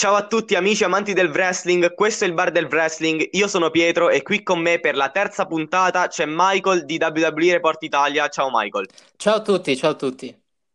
Ciao a tutti amici amanti del wrestling, questo è il bar del wrestling, io sono Pietro e qui con me per la terza puntata c'è Michael di WWE Report Italia. Ciao Michael. Ciao a tutti, ciao a tutti.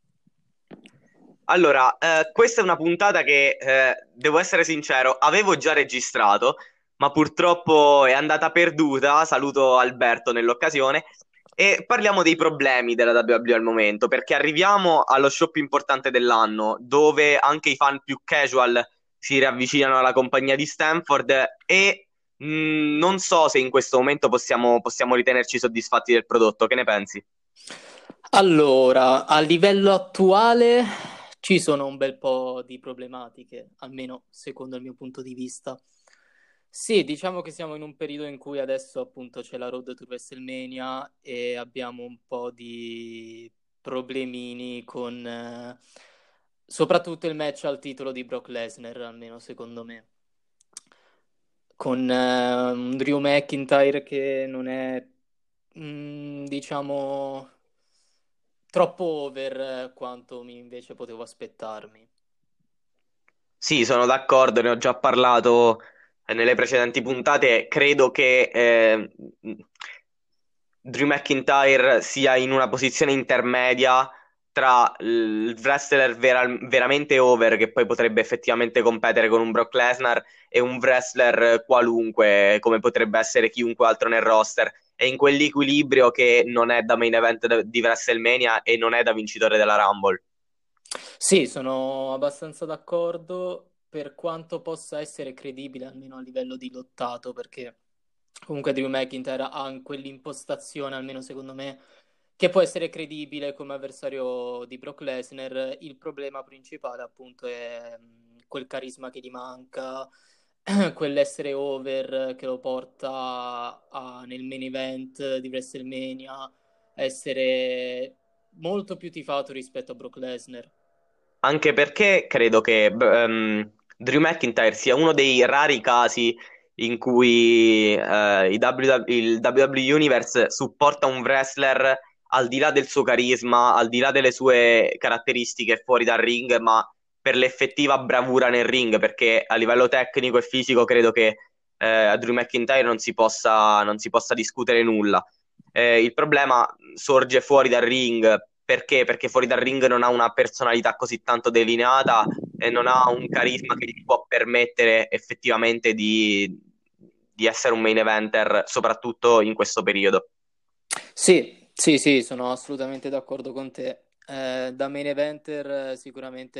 Allora, questa è una puntata che, devo essere sincero, avevo già registrato, ma purtroppo è andata perduta. Saluto Alberto nell'occasione. E parliamo dei problemi della WWE al momento, perché arriviamo allo show più importante dell'anno, dove anche i fan più casual si riavvicinano alla compagnia di Stanford e non so se in questo momento possiamo ritenerci soddisfatti del prodotto. Che ne pensi? Allora, a livello attuale ci sono un bel po' di problematiche, almeno secondo il mio punto di vista. Sì, diciamo che siamo in un periodo in cui adesso appunto c'è la Road to WrestleMania e abbiamo un po' di problemini con soprattutto il match al titolo di Brock Lesnar, almeno secondo me. Con un Drew McIntyre che non è, diciamo, troppo over quanto mi invece potevo aspettarmi. Sì, sono d'accordo, ne ho già parlato nelle precedenti puntate. Credo che Drew McIntyre sia in una posizione intermedia tra il wrestler veramente over, che poi potrebbe effettivamente competere con un Brock Lesnar, e un wrestler qualunque, come potrebbe essere chiunque altro nel roster. È in quell'equilibrio che non è da main event di WrestleMania e non è da vincitore della Rumble. Sì, sono abbastanza d'accordo per quanto possa essere credibile, almeno a livello di lottato, perché comunque Drew McIntyre ha quell'impostazione, almeno secondo me, che può essere credibile come avversario di Brock Lesnar. Il problema principale, appunto, è quel carisma che gli manca, quell'essere over che lo porta nel main event di WrestleMania a essere molto più tifato rispetto a Brock Lesnar. Anche perché credo che Drew McIntyre sia uno dei rari casi in cui il WWE Universe supporta un wrestler al di là del suo carisma, al di là delle sue caratteristiche fuori dal ring, ma per l'effettiva bravura nel ring, perché a livello tecnico e fisico credo che a Drew McIntyre non si possa discutere nulla. Il problema sorge fuori dal ring. Perché? Perché fuori dal ring non ha una personalità così tanto delineata e non ha un carisma che gli può permettere effettivamente di essere un main eventer, soprattutto in questo periodo. Sì, sì, sì, sono assolutamente d'accordo con te. Da main eventer sicuramente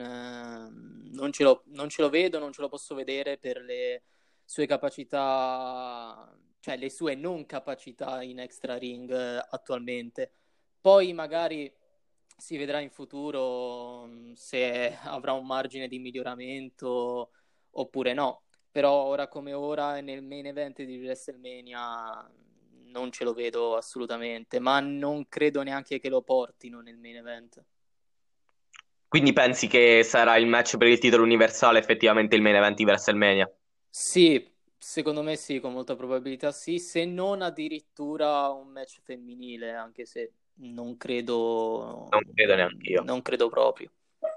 non ce lo vedo, non ce lo posso vedere per le sue capacità, cioè le sue non capacità in extra ring attualmente. Poi magari si vedrà in futuro se avrà un margine di miglioramento oppure no. Però ora come ora nel main event di WrestleMania non ce lo vedo assolutamente, ma non credo neanche che lo portino nel main event. Quindi pensi che sarà il match per il titolo universale effettivamente il main event di WrestleMania? Sì, secondo me sì, con molta probabilità sì, se non addirittura un match femminile, anche se Non credo neanche io. non credo proprio.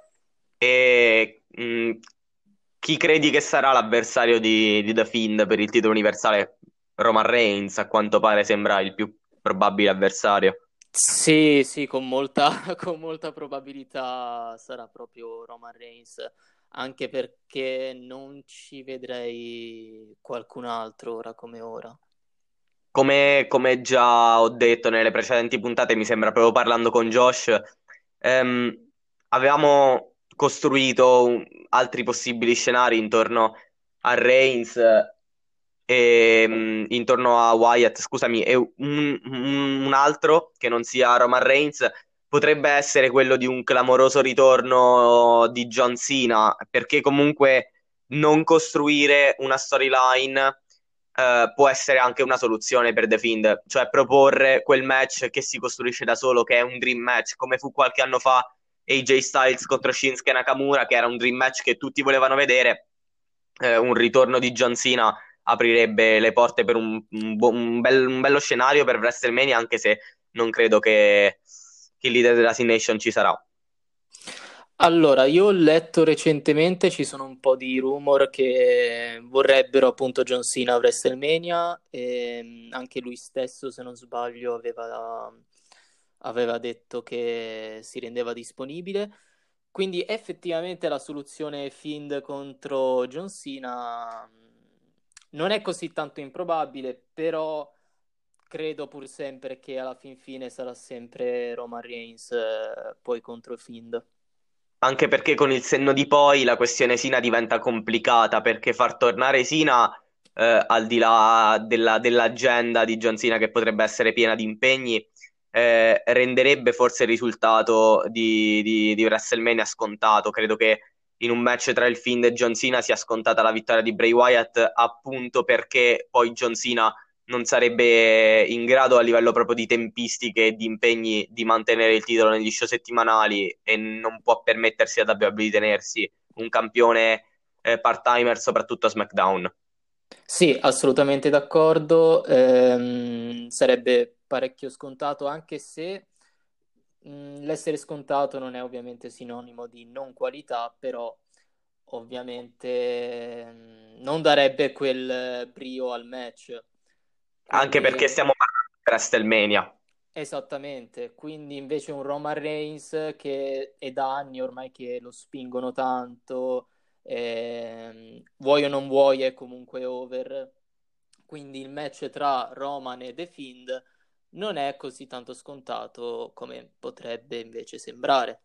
E chi credi che sarà l'avversario di The Fiend per il titolo universale? Roman Reigns, a quanto pare sembra il più probabile avversario. Sì, sì, con molta probabilità sarà proprio Roman Reigns, anche perché non ci vedrei qualcun altro ora come ora. Come già ho detto nelle precedenti puntate, mi sembra proprio parlando con Josh, avevamo costruito altri possibili scenari intorno a Reigns e intorno a Wyatt, scusami, e un altro che non sia Roman Reigns potrebbe essere quello di un clamoroso ritorno di John Cena, perché comunque non costruire una storyline può essere anche una soluzione per The Fiend, cioè proporre quel match che si costruisce da solo, che è un dream match, come fu qualche anno fa AJ Styles contro Shinsuke Nakamura, che era un dream match che tutti volevano vedere. Un ritorno di John Cena aprirebbe le porte per un bello scenario per WrestleMania, anche se non credo che il leader della C-Nation ci sarà. Allora, io ho letto recentemente, ci sono un po' di rumor che vorrebbero appunto John Cena a WrestleMania e anche lui stesso, se non sbaglio, aveva detto che si rendeva disponibile. Quindi effettivamente la soluzione Fiend contro John Cena non è così tanto improbabile, però credo pur sempre che alla fin fine sarà sempre Roman Reigns poi contro Fiend. Anche perché con il senno di poi la questione Sina diventa complicata, perché far tornare Sina, al di là dell'agenda di John Cena che potrebbe essere piena di impegni, renderebbe forse il risultato di WrestleMania scontato. Credo che in un match tra il Fiend e John Cena sia scontata la vittoria di Bray Wyatt, appunto perché poi John Cena non sarebbe in grado a livello proprio di tempistiche e di impegni di mantenere il titolo negli show settimanali, e non può permettersi a WWE di tenersi un campione part-timer soprattutto a SmackDown. Sì, assolutamente d'accordo. Sarebbe parecchio scontato, anche se l'essere scontato non è ovviamente sinonimo di non qualità, però ovviamente non darebbe quel brio al match. Anche Quindi perché stiamo parlando di WrestleMania. esattamente, quindi invece un Roman Reigns che è da anni ormai che lo spingono tanto, vuoi o non vuoi è comunque over, quindi il match tra Roman e The Fiend non è così tanto scontato come potrebbe invece sembrare.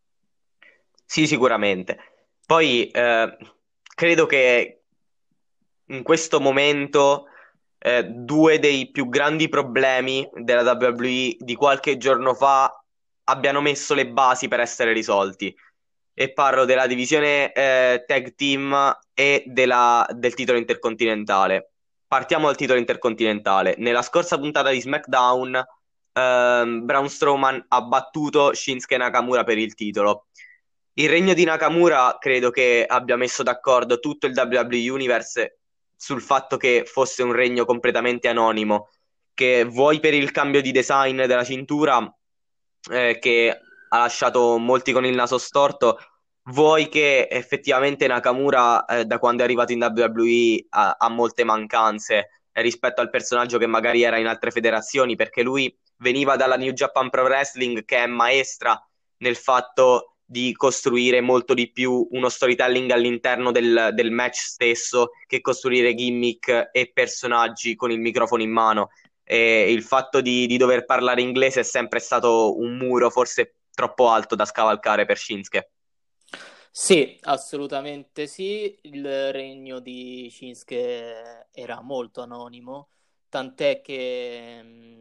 Sì, sicuramente. Poi credo che in questo momento due dei più grandi problemi della WWE di qualche giorno fa abbiano messo le basi per essere risolti. E parlo della divisione tag team e del titolo intercontinentale. Partiamo dal titolo intercontinentale. Nella scorsa puntata di SmackDown, Braun Strowman ha battuto Shinsuke Nakamura per il titolo. Il regno di Nakamura credo che abbia messo d'accordo tutto il WWE Universe sul fatto che fosse un regno completamente anonimo, che vuoi per il cambio di design della cintura, che ha lasciato molti con il naso storto, vuoi che effettivamente Nakamura, da quando è arrivato in WWE, ha molte mancanze rispetto al personaggio che magari era in altre federazioni, perché lui veniva dalla New Japan Pro Wrestling, che è maestra nel fatto di costruire molto di più uno storytelling all'interno del match stesso che costruire gimmick e personaggi con il microfono in mano. E il fatto di dover parlare inglese è sempre stato un muro forse troppo alto da scavalcare per Shinsuke. Sì, assolutamente sì. Il regno di Shinsuke era molto anonimo, tant'è che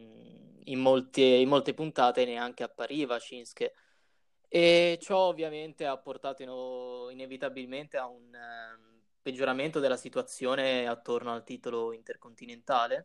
in molte puntate neanche appariva Shinsuke. E ciò ovviamente ha portato inevitabilmente a un peggioramento della situazione attorno al titolo intercontinentale.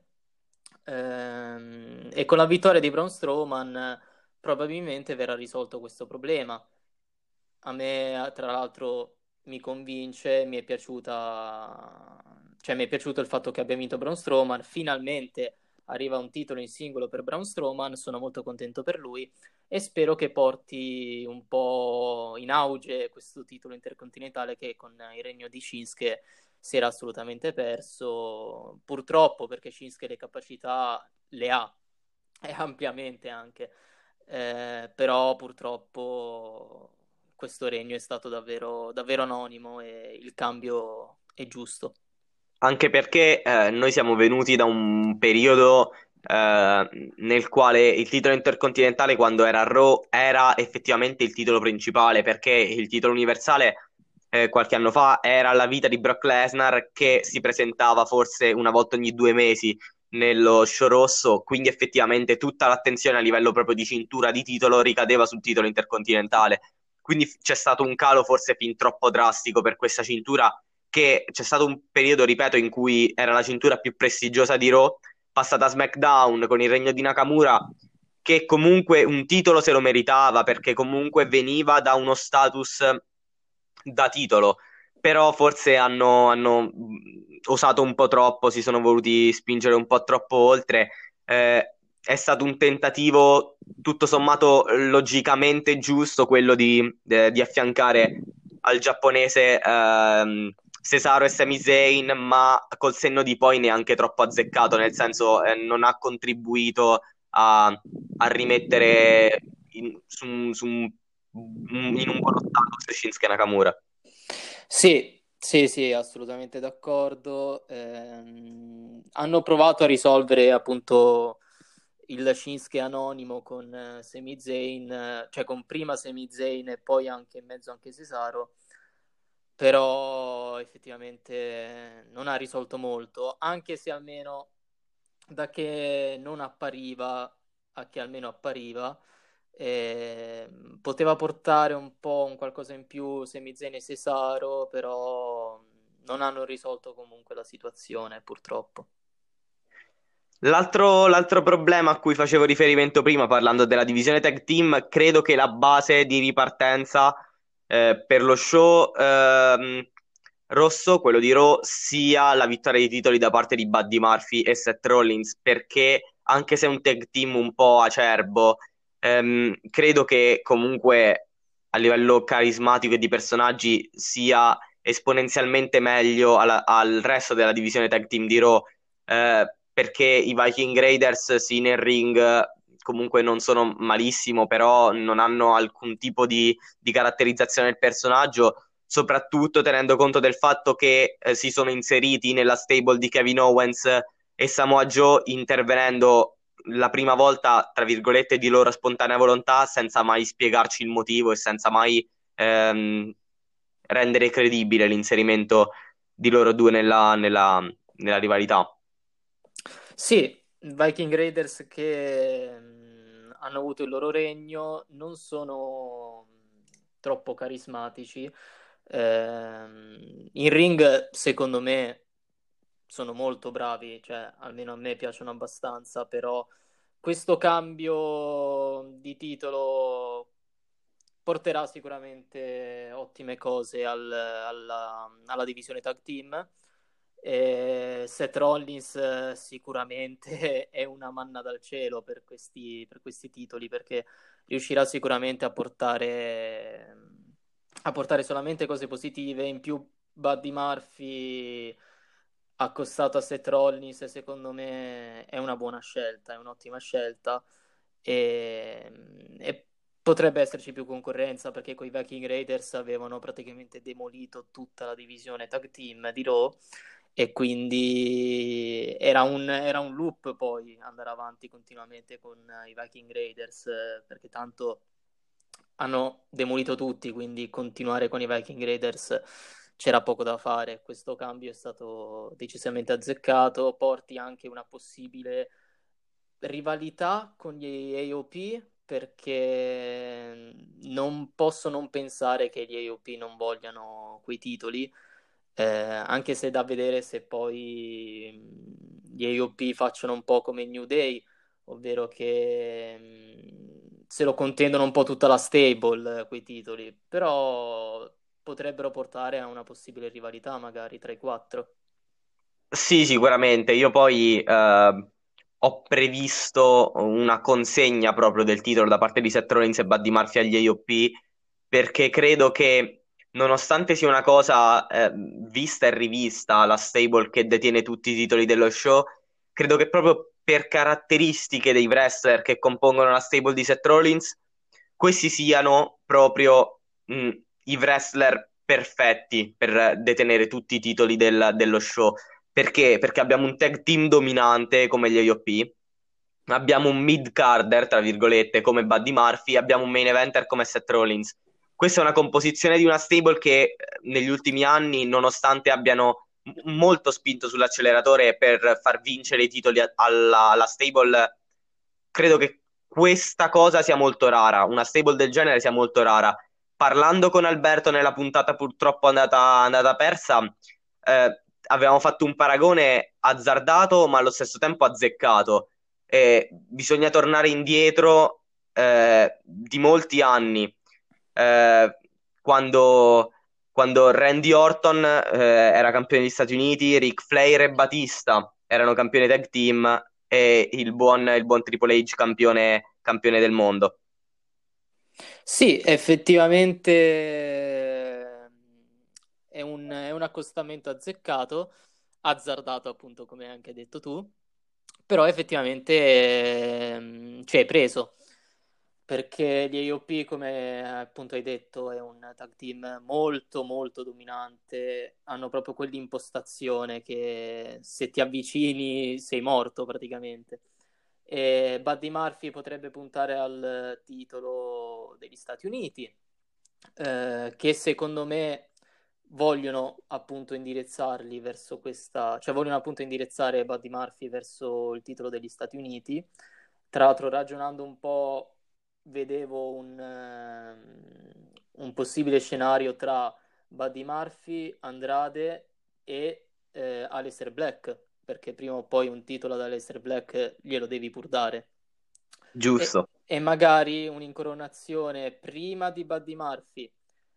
E con la vittoria di Braun Strowman probabilmente verrà risolto questo problema. A me, tra l'altro, mi convince, mi è piaciuta, cioè mi è piaciuto il fatto che abbia vinto Braun Strowman. Finalmente arriva un titolo in singolo per Braun Strowman, sono molto contento per lui e spero che porti un po' in auge questo titolo intercontinentale che con il regno di Shinsuke si era assolutamente perso. Purtroppo, perché Shinsuke le capacità le ha, e ampiamente anche. Però purtroppo questo regno è stato davvero, davvero anonimo e il cambio è giusto. Anche perché noi siamo venuti da un periodo nel quale il titolo intercontinentale, quando era a Raw, era effettivamente il titolo principale, perché il titolo universale qualche anno fa era la vita di Brock Lesnar, che si presentava forse una volta ogni 2 mesi nello show rosso, quindi effettivamente tutta l'attenzione a livello proprio di cintura di titolo ricadeva sul titolo intercontinentale. Quindi c'è stato un calo forse fin troppo drastico per questa cintura, che c'è stato un periodo, ripeto, in cui era la cintura più prestigiosa di Raw, passata a SmackDown con il regno di Nakamura, che comunque un titolo se lo meritava, perché comunque veniva da uno status da titolo, però forse hanno osato un po' troppo, si sono voluti spingere un po' troppo oltre. è stato un tentativo tutto sommato logicamente giusto quello di affiancare al giapponese Cesaro e Sami Zayn, ma col senno di poi neanche troppo azzeccato, nel senso non ha contribuito a rimettere in un buono status Shinsuke Nakamura. Sì, sì, sì, assolutamente d'accordo. Hanno provato a risolvere appunto il Shinsuke anonimo con Sami Zayn, cioè con prima Sami Zayn e poi anche in mezzo anche Cesaro, però effettivamente non ha risolto molto, anche se almeno da che non appariva a che almeno appariva, poteva portare un po' un qualcosa in più Sami Zayn e Cesaro, però non hanno risolto comunque la situazione, purtroppo. L'altro problema a cui facevo riferimento prima, parlando della divisione tag team, credo che la base di ripartenza per lo show rosso, quello di Raw, sia la vittoria dei titoli da parte di Buddy Murphy e Seth Rollins, perché anche se è un tag team un po' acerbo, credo che comunque a livello carismatico e di personaggi sia esponenzialmente meglio al resto della divisione tag team di Raw, perché i Viking Raiders sì nel ring comunque non sono malissimo, però non hanno alcun tipo di caratterizzazione del personaggio, soprattutto tenendo conto del fatto che si sono inseriti nella stable di Kevin Owens e Samoa Joe, intervenendo la prima volta, tra virgolette, di loro spontanea volontà, senza mai spiegarci il motivo e senza mai rendere credibile l'inserimento di loro due nella rivalità. Sì, Viking Raiders che hanno avuto il loro regno, non sono troppo carismatici. In ring, secondo me, sono molto bravi, cioè almeno a me piacciono abbastanza, però questo cambio di titolo porterà sicuramente ottime cose alla divisione tag team. Seth Rollins sicuramente è una manna dal cielo per questi titoli, perché riuscirà sicuramente a portare solamente cose positive. In più Buddy Murphy accostato a Seth Rollins secondo me è una buona scelta, è un'ottima scelta, e potrebbe esserci più concorrenza, perché con i Viking Raiders avevano praticamente demolito tutta la divisione tag team di Raw, e quindi era un loop poi andare avanti continuamente con i Viking Raiders, perché tanto hanno demolito tutti, quindi continuare con i Viking Raiders c'era poco da fare. Questo cambio è stato decisamente azzeccato, porti anche una possibile rivalità con gli AOP, perché non posso non pensare che gli AOP non vogliano quei titoli, anche se è da vedere se poi gli AOP facciano un po' come New Day, ovvero che se lo contendono un po' tutta la stable, quei titoli, però potrebbero portare a una possibile rivalità magari tra i quattro. Sì, sicuramente. Io poi ho previsto una consegna proprio del titolo da parte di Seth Rollins e Buddy Murphy agli AOP, perché credo che, nonostante sia una cosa vista e rivista, la stable che detiene tutti i titoli dello show, credo che proprio per caratteristiche dei wrestler che compongono la stable di Seth Rollins, questi siano proprio mh, i wrestler perfetti per detenere tutti i titoli dello show. Perché? Perché abbiamo un tag team dominante come gli AOP, abbiamo un mid-carder, tra virgolette, come Buddy Murphy, abbiamo un main eventer come Seth Rollins. Questa è una composizione di una stable che negli ultimi anni, nonostante abbiano molto spinto sull'acceleratore per far vincere i titoli alla stable, credo che questa cosa sia molto rara, una stable del genere sia molto rara. Parlando con Alberto nella puntata purtroppo andata persa, avevamo fatto un paragone azzardato ma allo stesso tempo azzeccato. Bisogna tornare indietro di molti anni, eh, quando, quando Randy Orton era campione degli Stati Uniti, Ric Flair e Batista erano campioni tag team. e il buon Triple H campione del mondo. Sì, effettivamente è un accostamento azzeccato, azzardato appunto come hai anche detto tu, però effettivamente ci hai preso, perché gli AOP come appunto hai detto è un tag team molto molto dominante, hanno proprio quell'impostazione che se ti avvicini sei morto praticamente. E Buddy Murphy potrebbe puntare al titolo degli Stati Uniti, che secondo me vogliono appunto indirizzarli verso questa, cioè vogliono appunto indirizzare Buddy Murphy verso il titolo degli Stati Uniti. Tra l'altro, ragionando un po', vedevo un possibile scenario tra Buddy Murphy, Andrade e Aleister Black, perché prima o poi un titolo ad Aleister Black glielo devi pur dare. E, Giusto. e magari un'incoronazione prima di Buddy Murphy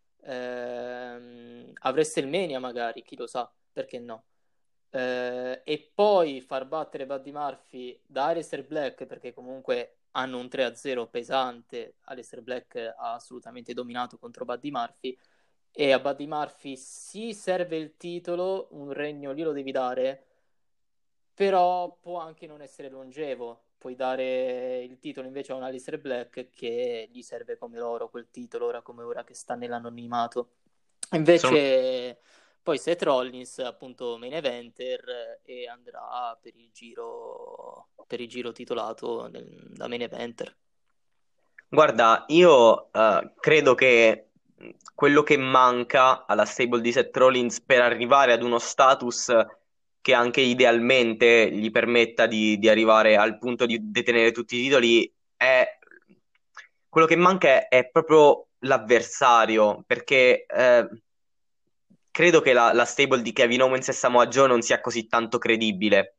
a WrestleMania magari, chi lo sa, perché no? E poi far battere Buddy Murphy da Aleister Black, perché comunque hanno un 3-0 pesante. Aleister Black ha assolutamente dominato contro Buddy Murphy, e a Buddy Murphy sì, serve il titolo, un regno glielo devi dare, però può anche non essere longevo. Puoi dare il titolo invece a un Aleister Black che gli serve come loro quel titolo, ora come ora che sta nell'anonimato. Sono Invece poi Seth Rollins, appunto main eventer, e andrà per il giro titolato da main eventer. Guarda, io credo che quello che manca alla stable di Seth Rollins per arrivare ad uno status che anche idealmente gli permetta di arrivare al punto di detenere tutti i titoli è quello che manca è proprio l'avversario, perché credo che la stable di Kevin Owens e Samoa Joe non sia così tanto credibile.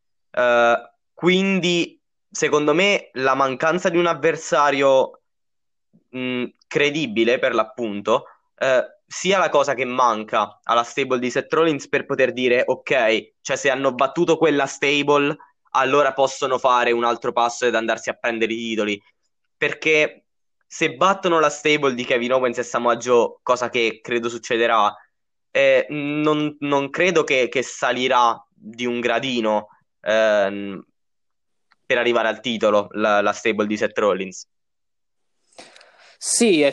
Quindi, secondo me, la mancanza di un avversario credibile, per l'appunto, sia la cosa che manca alla stable di Seth Rollins per poter dire, ok, cioè se hanno battuto quella stable, allora possono fare un altro passo ed andarsi a prendere i titoli. Perché se battono la stable di Kevin Owens e Samoa Joe, cosa che credo succederà, non credo che salirà di un gradino ehm, per arrivare al titolo la stable di Seth Rollins. Sì,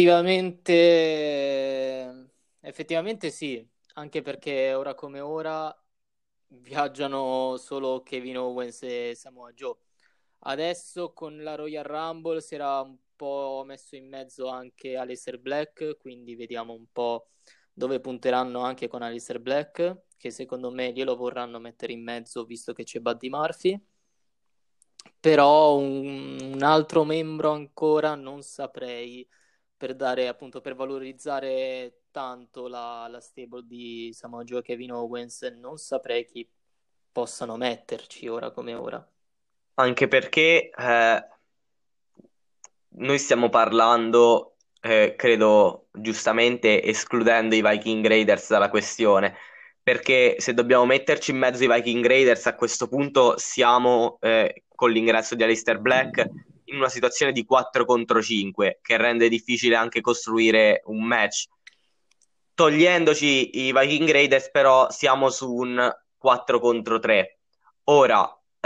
effettivamente sì, anche perché ora come ora viaggiano solo Kevin Owens e Samoa Joe. Adesso con la Royal Rumble si era un po' messo in mezzo anche Aleister Black, quindi vediamo un po' dove punteranno anche con Aleister Black, che secondo me glielo vorranno mettere in mezzo visto che c'è Buddy Murphy. Però un altro membro ancora non saprei, per dare appunto, per valorizzare tanto la stable di Samoa Joe e Kevin Owens, non saprei chi possano metterci ora come ora. Anche perché noi stiamo parlando, credo giustamente, escludendo i Viking Raiders dalla questione, perché se dobbiamo metterci in mezzo i Viking Raiders a questo punto siamo con l'ingresso di Aleister Black in una situazione di 4 contro 5 che rende difficile anche costruire un match. Togliendoci i Viking Raiders, però, siamo su un 4 contro 3. Ora,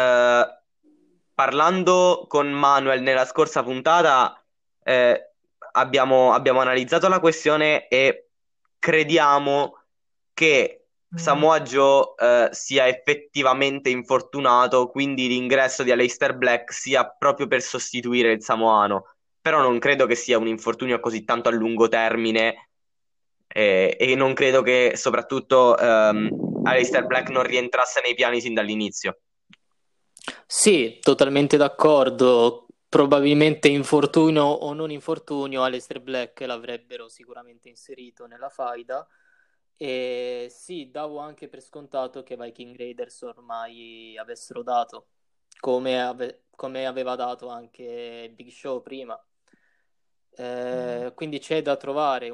parlando con Manuel nella scorsa puntata, abbiamo analizzato la questione e crediamo che Samoa Joe, sia effettivamente infortunato, quindi l'ingresso di Aleister Black sia proprio per sostituire il samoano. Però non credo che sia un infortunio così tanto a lungo termine e non credo che soprattutto Aleister Black non rientrasse nei piani sin dall'inizio. Sì, totalmente d'accordo. Probabilmente infortunio o non infortunio, Aleister Black l'avrebbero sicuramente inserito nella faida. E sì, davo anche per scontato che Viking Raiders ormai avessero dato, come aveva dato anche Big Show prima. Quindi c'è da trovare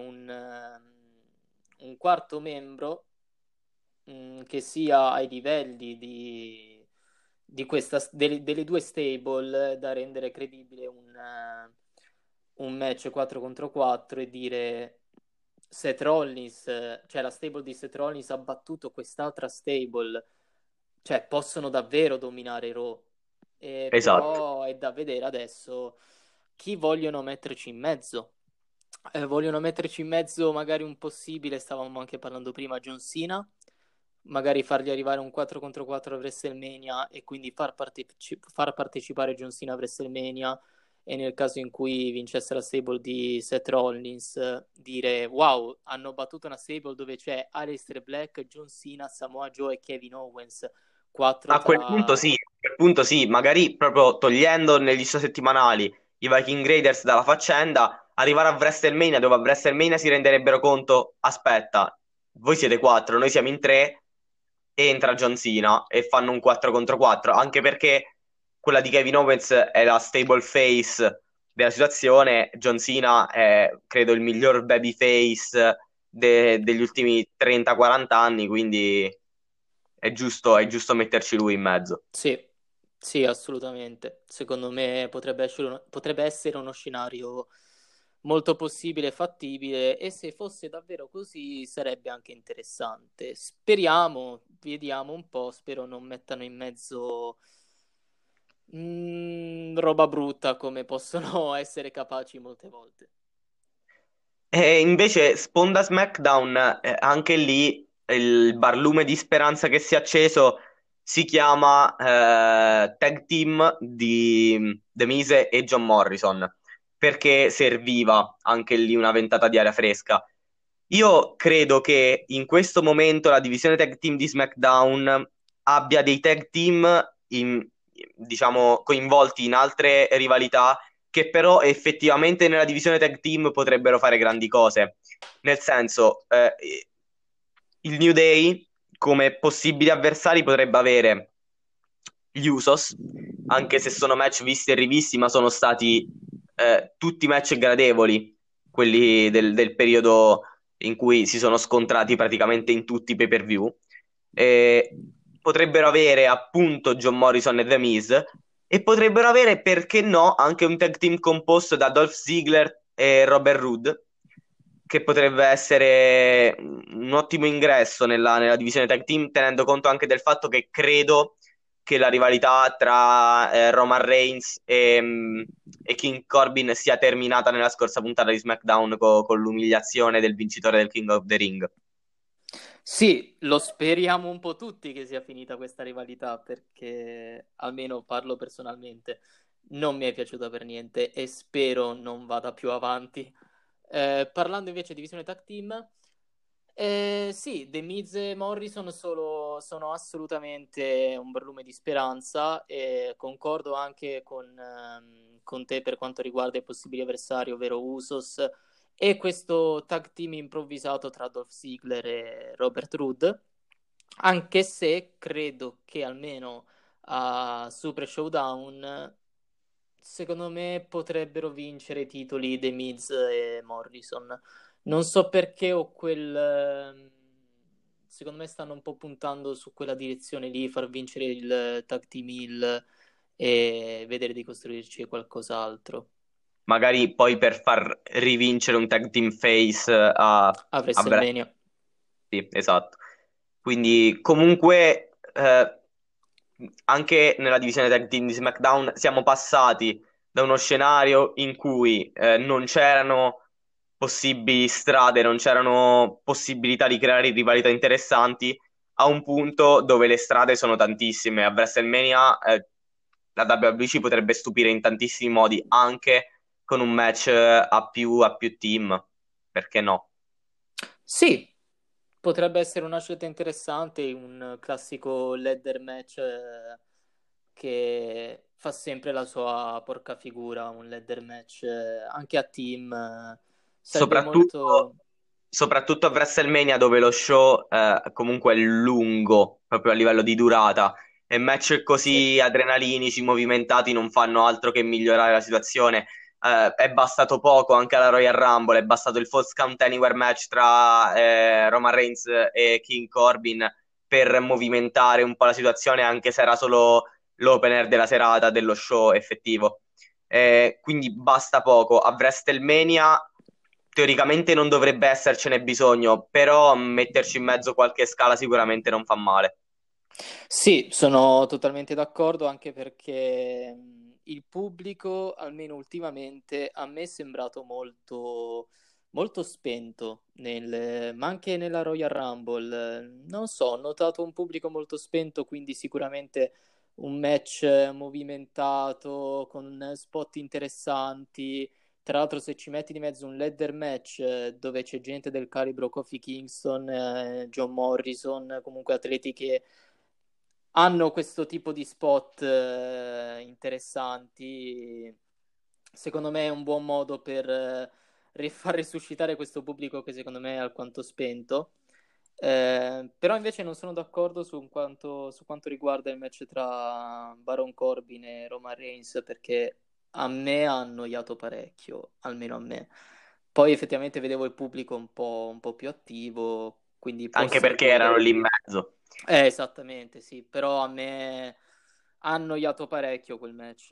un quarto membro che sia ai livelli delle due stable da rendere credibile un match 4 contro 4 e dire Seth Rollins, cioè la stable di Seth Rollins ha battuto quest'altra stable, cioè possono davvero dominare Raw. Esatto. Però è da vedere adesso chi vogliono metterci in mezzo. Vogliono metterci in mezzo magari un possibile, stavamo anche parlando prima, John Cena, magari fargli arrivare un 4 contro 4 a WrestleMania e quindi far partecipare John Cena a WrestleMania e nel caso in cui vincesse la stable di Seth Rollins dire wow, hanno battuto una stable dove c'è Aleister Black, John Cena, Samoa Joe e Kevin Owens, 4 A quel punto tra... sì, a quel punto sì, magari proprio togliendo negli show settimanali i Viking Raiders dalla faccenda, arrivare a WrestleMania dove a WrestleMania si renderebbero conto, aspetta, voi siete quattro, noi siamo in tre, e entra John Cena e fanno un 4 contro 4, anche perché quella di Kevin Owens è la stable face della situazione, John Cena è credo il miglior babyface degli ultimi 30-40 anni, quindi è giusto metterci lui in mezzo. Sì, sì, assolutamente. Secondo me potrebbe essere uno scenario molto possibile e fattibile e se fosse davvero così sarebbe anche interessante. Speriamo, vediamo un po', spero non mettano in mezzo roba brutta come possono essere capaci molte volte. E invece sponda SmackDown, anche lì il barlume di speranza che si è acceso si chiama Tag Team di The Miz e John Morrison, perché serviva anche lì una ventata di aria fresca. Io credo che in questo momento la divisione tag team di SmackDown abbia dei tag team diciamo, coinvolti in altre rivalità che però effettivamente nella divisione tag team potrebbero fare grandi cose. Nel senso, il New Day come possibili avversari potrebbe avere gli Usos, anche se sono match visti e rivisti, ma sono stati tutti match gradevoli, quelli del periodo in cui si sono scontrati praticamente in tutti i pay-per-view. E potrebbero avere appunto John Morrison e The Miz, e potrebbero avere, perché no, anche un tag team composto da Dolph Ziggler e Robert Roode, che potrebbe essere un ottimo ingresso nella divisione tag team, tenendo conto anche del fatto che credo che la rivalità tra Roman Reigns e King Corbin sia terminata nella scorsa puntata di SmackDown con l'umiliazione del vincitore del King of the Ring. Sì, lo speriamo un po' tutti che sia finita questa rivalità perché almeno parlo personalmente, non mi è piaciuta per niente e spero non vada più avanti. Parlando invece di visione tag team, sì, The Miz e Morrison sono assolutamente un barlume di speranza e concordo anche con te per quanto riguarda i possibili avversari, ovvero Usos e questo tag team improvvisato tra Dolph Ziggler e Robert Roode, anche se credo che almeno a Super Showdown, secondo me potrebbero vincere i titoli The Miz e Morrison. Non so perché ho secondo me stanno un po' puntando su quella direzione lì, far vincere il tag team heel e vedere di costruirci qualcos'altro Magari poi per far rivincere un tag team face a a breve. WrestleMania. Sì, esatto. Quindi comunque anche nella divisione tag team di SmackDown siamo passati da uno scenario in cui non c'erano possibili strade, non c'erano possibilità di creare rivalità interessanti, a un punto dove le strade sono tantissime. A WrestleMania la WWE potrebbe stupire in tantissimi modi, anche con un match a più team. Perché no? Sì, potrebbe essere una scelta interessante, un classico ladder match che fa sempre la sua porca figura, un ladder match anche a team. Sarebbe molto... Soprattutto a WrestleMania dove lo show comunque è lungo, proprio a livello di durata, e match Sì, così adrenalinici, movimentati non fanno altro che migliorare la situazione. È bastato poco anche alla Royal Rumble, è bastato il Falls Count Anywhere match tra Roman Reigns e King Corbin per movimentare un po' la situazione, anche se era solo l'opener della serata, dello show effettivo. Quindi basta poco. A WrestleMania teoricamente non dovrebbe essercene bisogno, però metterci in mezzo qualche scala sicuramente non fa male. Sì, sono totalmente d'accordo anche perché il pubblico, almeno ultimamente, a me è sembrato molto spento, ma anche nella Royal Rumble. Non so, ho notato un pubblico molto spento, quindi sicuramente un match movimentato, con spot interessanti. Tra l'altro, se ci metti di mezzo un ladder match dove c'è gente del calibro Kofi Kingston, John Morrison, comunque atleti che hanno questo tipo di spot interessanti. Secondo me è un buon modo per far risuscitare questo pubblico che secondo me è alquanto spento. Però invece non sono d'accordo su quanto riguarda il match tra Baron Corbin e Roman Reigns perché a me ha annoiato parecchio, almeno a me. Poi effettivamente vedevo il pubblico un po' più attivo, quindi può Anche perché erano servire. lì in mezzo. Esattamente, sì, però a me ha annoiato parecchio quel match.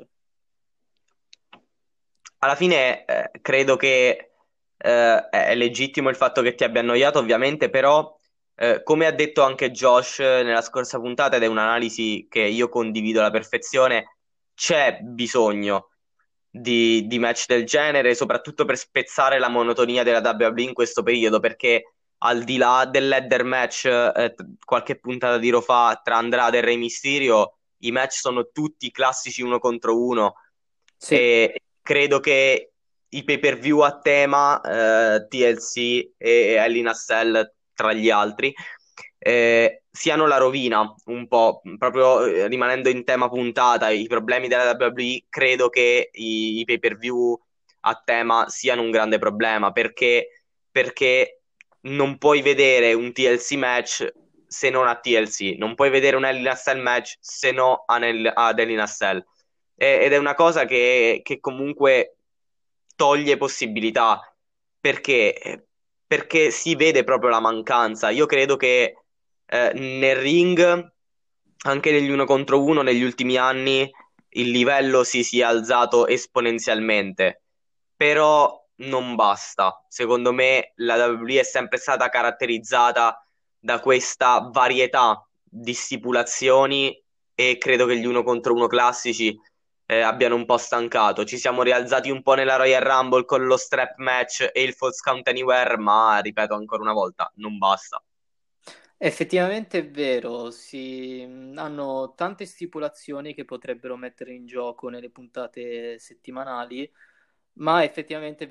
Alla fine credo che è legittimo il fatto che ti abbia annoiato, ovviamente, però come ha detto anche Josh nella scorsa puntata, ed è un'analisi che io condivido alla perfezione, c'è bisogno di match del genere, soprattutto per spezzare la monotonia della WWE in questo periodo, perché al di là del ladder match, qualche puntata di Raw fa tra Andrade e Rey Mysterio, i match sono tutti classici uno contro uno Sì, e credo che i pay-per-view a tema, TLC e Hell in a Cell tra gli altri, siano la rovina un po', proprio rimanendo in tema puntata, i problemi della WWE, credo che i pay-per-view a tema siano un grande problema perché non puoi vedere un TLC match se non a TLC, non puoi vedere un Hell in a Cell match se no ad Hell in a Cell. Ed è una cosa che comunque toglie possibilità perché, perché si vede proprio la mancanza. Io credo che nel ring, anche negli uno contro uno, negli ultimi anni, il livello si sia alzato esponenzialmente, però non basta. Secondo me la WWE è sempre stata caratterizzata da questa varietà di stipulazioni e credo che gli uno contro uno classici abbiano un po' stancato. Ci siamo rialzati un po' nella Royal Rumble con lo strap match e il false count anywhere, ma ripeto ancora una volta, non basta. effettivamente è vero, hanno tante stipulazioni che potrebbero mettere in gioco nelle puntate settimanali, ma effettivamente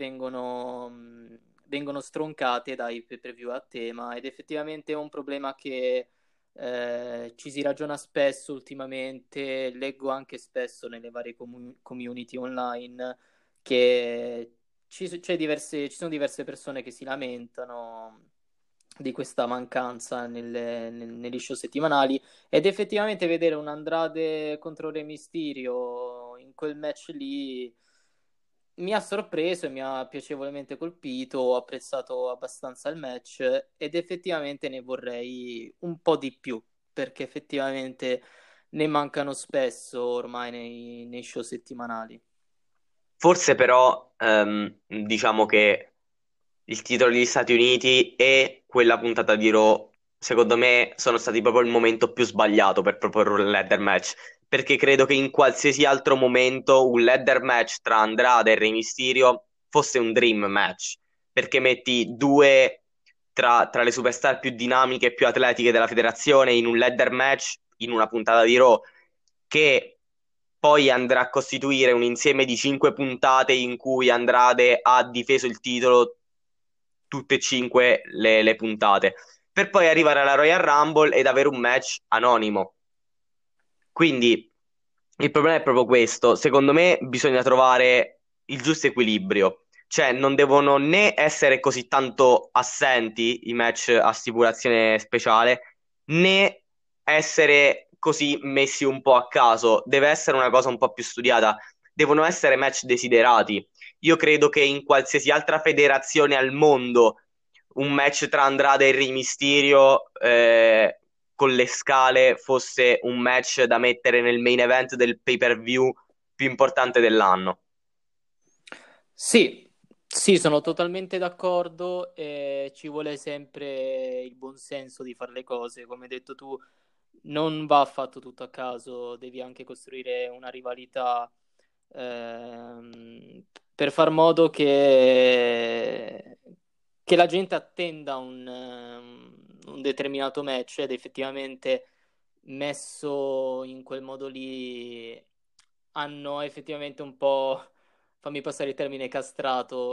vengono stroncate dai pay-per-view a tema ed effettivamente è un problema che ci si ragiona spesso ultimamente, leggo anche spesso nelle varie community online che ci sono diverse persone che si lamentano di questa mancanza negli show settimanali ed effettivamente vedere un Andrade contro Re Mysterio in quel match lì mi ha sorpreso e mi ha piacevolmente colpito, ho apprezzato abbastanza il match ed effettivamente ne vorrei un po' di più perché effettivamente ne mancano spesso ormai nei show settimanali. Forse però diciamo che il titolo degli Stati Uniti e quella puntata di Raw, secondo me, sono stati proprio il momento più sbagliato per proporre un ladder match. Perché credo che in qualsiasi altro momento un ladder match tra Andrade e Rey Mysterio fosse un dream match. Perché metti due tra le superstar più dinamiche e più atletiche della federazione in un ladder match in una puntata di Raw che poi andrà a costituire un insieme di 5 puntate in cui Andrade ha difeso il titolo tutte e cinque le puntate, per poi arrivare alla Royal Rumble ed avere un match anonimo. Quindi il problema è proprio questo. Secondo me bisogna trovare il giusto equilibrio. Cioè, non devono né essere così tanto assenti i match a stipulazione speciale, né essere così messi un po' a caso. Deve essere una cosa un po' più studiata. Devono essere match desiderati. Io credo che in qualsiasi altra federazione al mondo un match tra Andrade e Rey Mysterio con le scale fosse un match da mettere nel main event del pay-per-view più importante dell'anno. Sì, sì, sono totalmente d'accordo e ci vuole sempre il buon senso di fare le cose. Come hai detto tu, non va fatto tutto a caso, devi anche costruire una rivalità ehm, per far modo che la gente attenda un determinato match ed effettivamente messo in quel modo lì hanno effettivamente un po', fammi passare il termine, castrato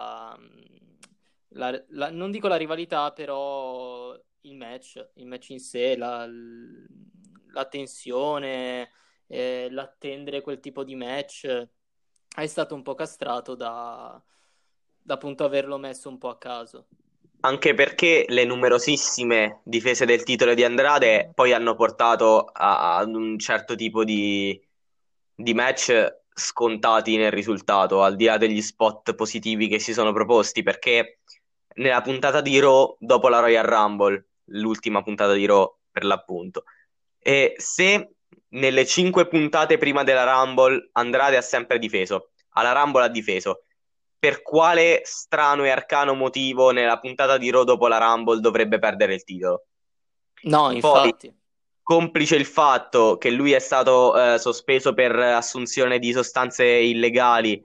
non dico la rivalità, però il match in sé, la tensione, l'attendere quel tipo di match è stato un po' castrato da appunto averlo messo un po' a caso. Anche perché le numerosissime difese del titolo di Andrade poi hanno portato ad un certo tipo di match scontati nel risultato, al di là degli spot positivi che si sono proposti, perché nella puntata di Raw, dopo la Royal Rumble, l'ultima puntata di Raw per l'appunto, e se nelle 5 puntate prima della Rumble Andrade ha sempre difeso, alla Rumble ha difeso, per quale strano e arcano motivo nella puntata di Raw dopo la Rumble dovrebbe perdere il titolo? No, Poi, infatti, complice il fatto che lui è stato sospeso per assunzione di sostanze illegali,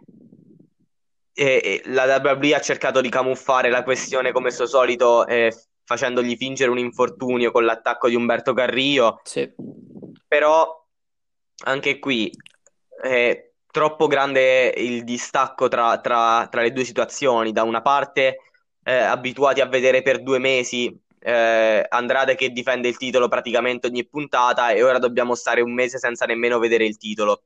la WWE ha cercato di camuffare la questione come suo solito, facendogli fingere un infortunio con l'attacco di Umberto Carrillo, sì. però anche qui è troppo grande il distacco tra le due situazioni. Da una parte, abituati a vedere per 2 mesi Andrade che difende il titolo praticamente ogni puntata, e ora dobbiamo stare un mese senza nemmeno vedere il titolo.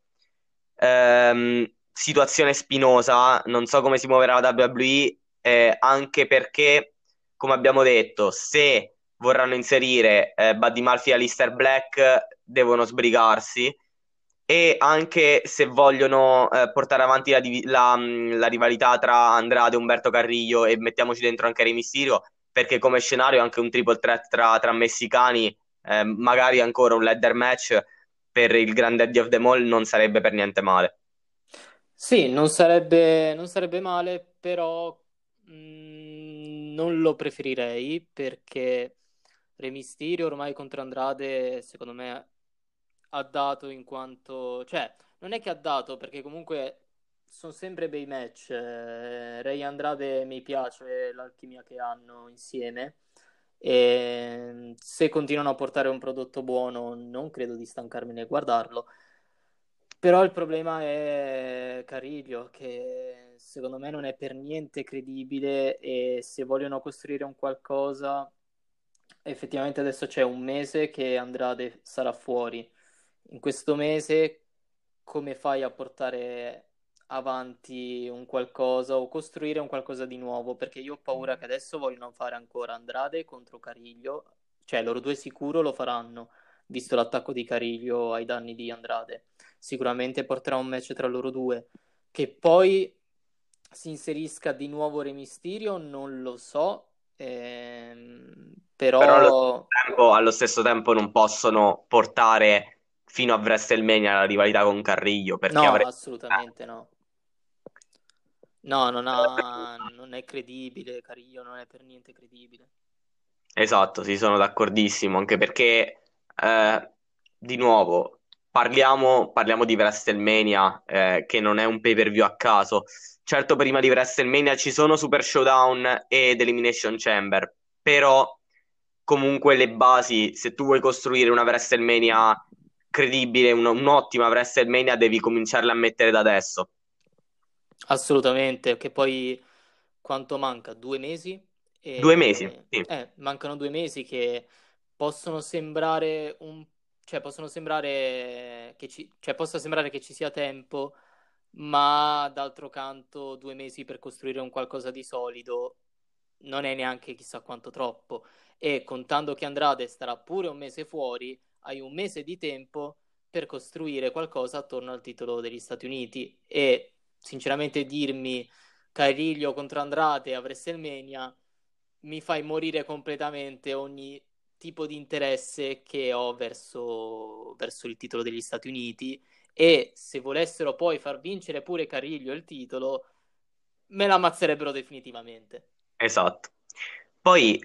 Situazione spinosa, non so come si muoverà la WWE, anche perché, come abbiamo detto, se vorranno inserire Buddy Murphy e Aleister Black, devono sbrigarsi. E anche se vogliono portare avanti la rivalità tra Andrade e Umberto Carrillo, e mettiamoci dentro anche Rey Mysterio, perché come scenario anche un triple threat tra messicani, magari ancora un ladder match per il Grand Daddy of them all, non sarebbe per niente male. Sì, non sarebbe male, però non lo preferirei perché Re Mysterio ormai contro Andrade, secondo me, ha dato in quanto... Cioè, non è che ha dato, perché comunque sono sempre bei match. Rey e Andrade mi piace l'alchimia che hanno insieme. E se continuano a portare un prodotto buono, non credo di stancarmi nel guardarlo. Però il problema è Cariglio, che secondo me non è per niente credibile e se vogliono costruire un qualcosa, effettivamente adesso c'è un mese che Andrade sarà fuori. In questo mese come fai a portare avanti un qualcosa o costruire un qualcosa di nuovo? Perché io ho paura che adesso vogliono fare ancora Andrade contro Cariglio, cioè loro due sicuro lo faranno, visto l'attacco di Cariglio ai danni di Andrade sicuramente porterà un match tra loro due. Che poi si inserisca di nuovo Re Mysterio, non lo so, Però però allo stesso tempo non possono portare fino a WrestleMania la rivalità con Carrillo, perché no, avrebbe... assolutamente no. No, non è credibile, Cariglio non è per niente credibile. Esatto, sì, sono d'accordissimo, anche perché, di nuovo, parliamo di WrestleMania, che non è un pay-per-view a caso. Certo, prima di WrestleMania ci sono Super Showdown ed Elimination Chamber, però comunque le basi, se tu vuoi costruire una WrestleMania credibile, un'ottima WrestleMania, devi cominciarle a mettere da adesso. Assolutamente, che poi quanto manca? 2 mesi? 2 mesi, sì. Mancano 2 mesi che possono sembrare cioè possono sembrare cioè possa sembrare che ci sia tempo, ma d'altro canto 2 mesi per costruire un qualcosa di solido non è neanche chissà quanto troppo. E contando che Andrade starà pure un mese fuori, hai un mese di tempo per costruire qualcosa attorno al titolo degli Stati Uniti. E sinceramente dirmi Cariglio contro Andrade a WrestleMania mi fai morire completamente ogni tipo di interesse che ho verso il titolo degli Stati Uniti, e se volessero poi far vincere pure Cariglio il titolo, me la ammazzerebbero definitivamente. Esatto. Poi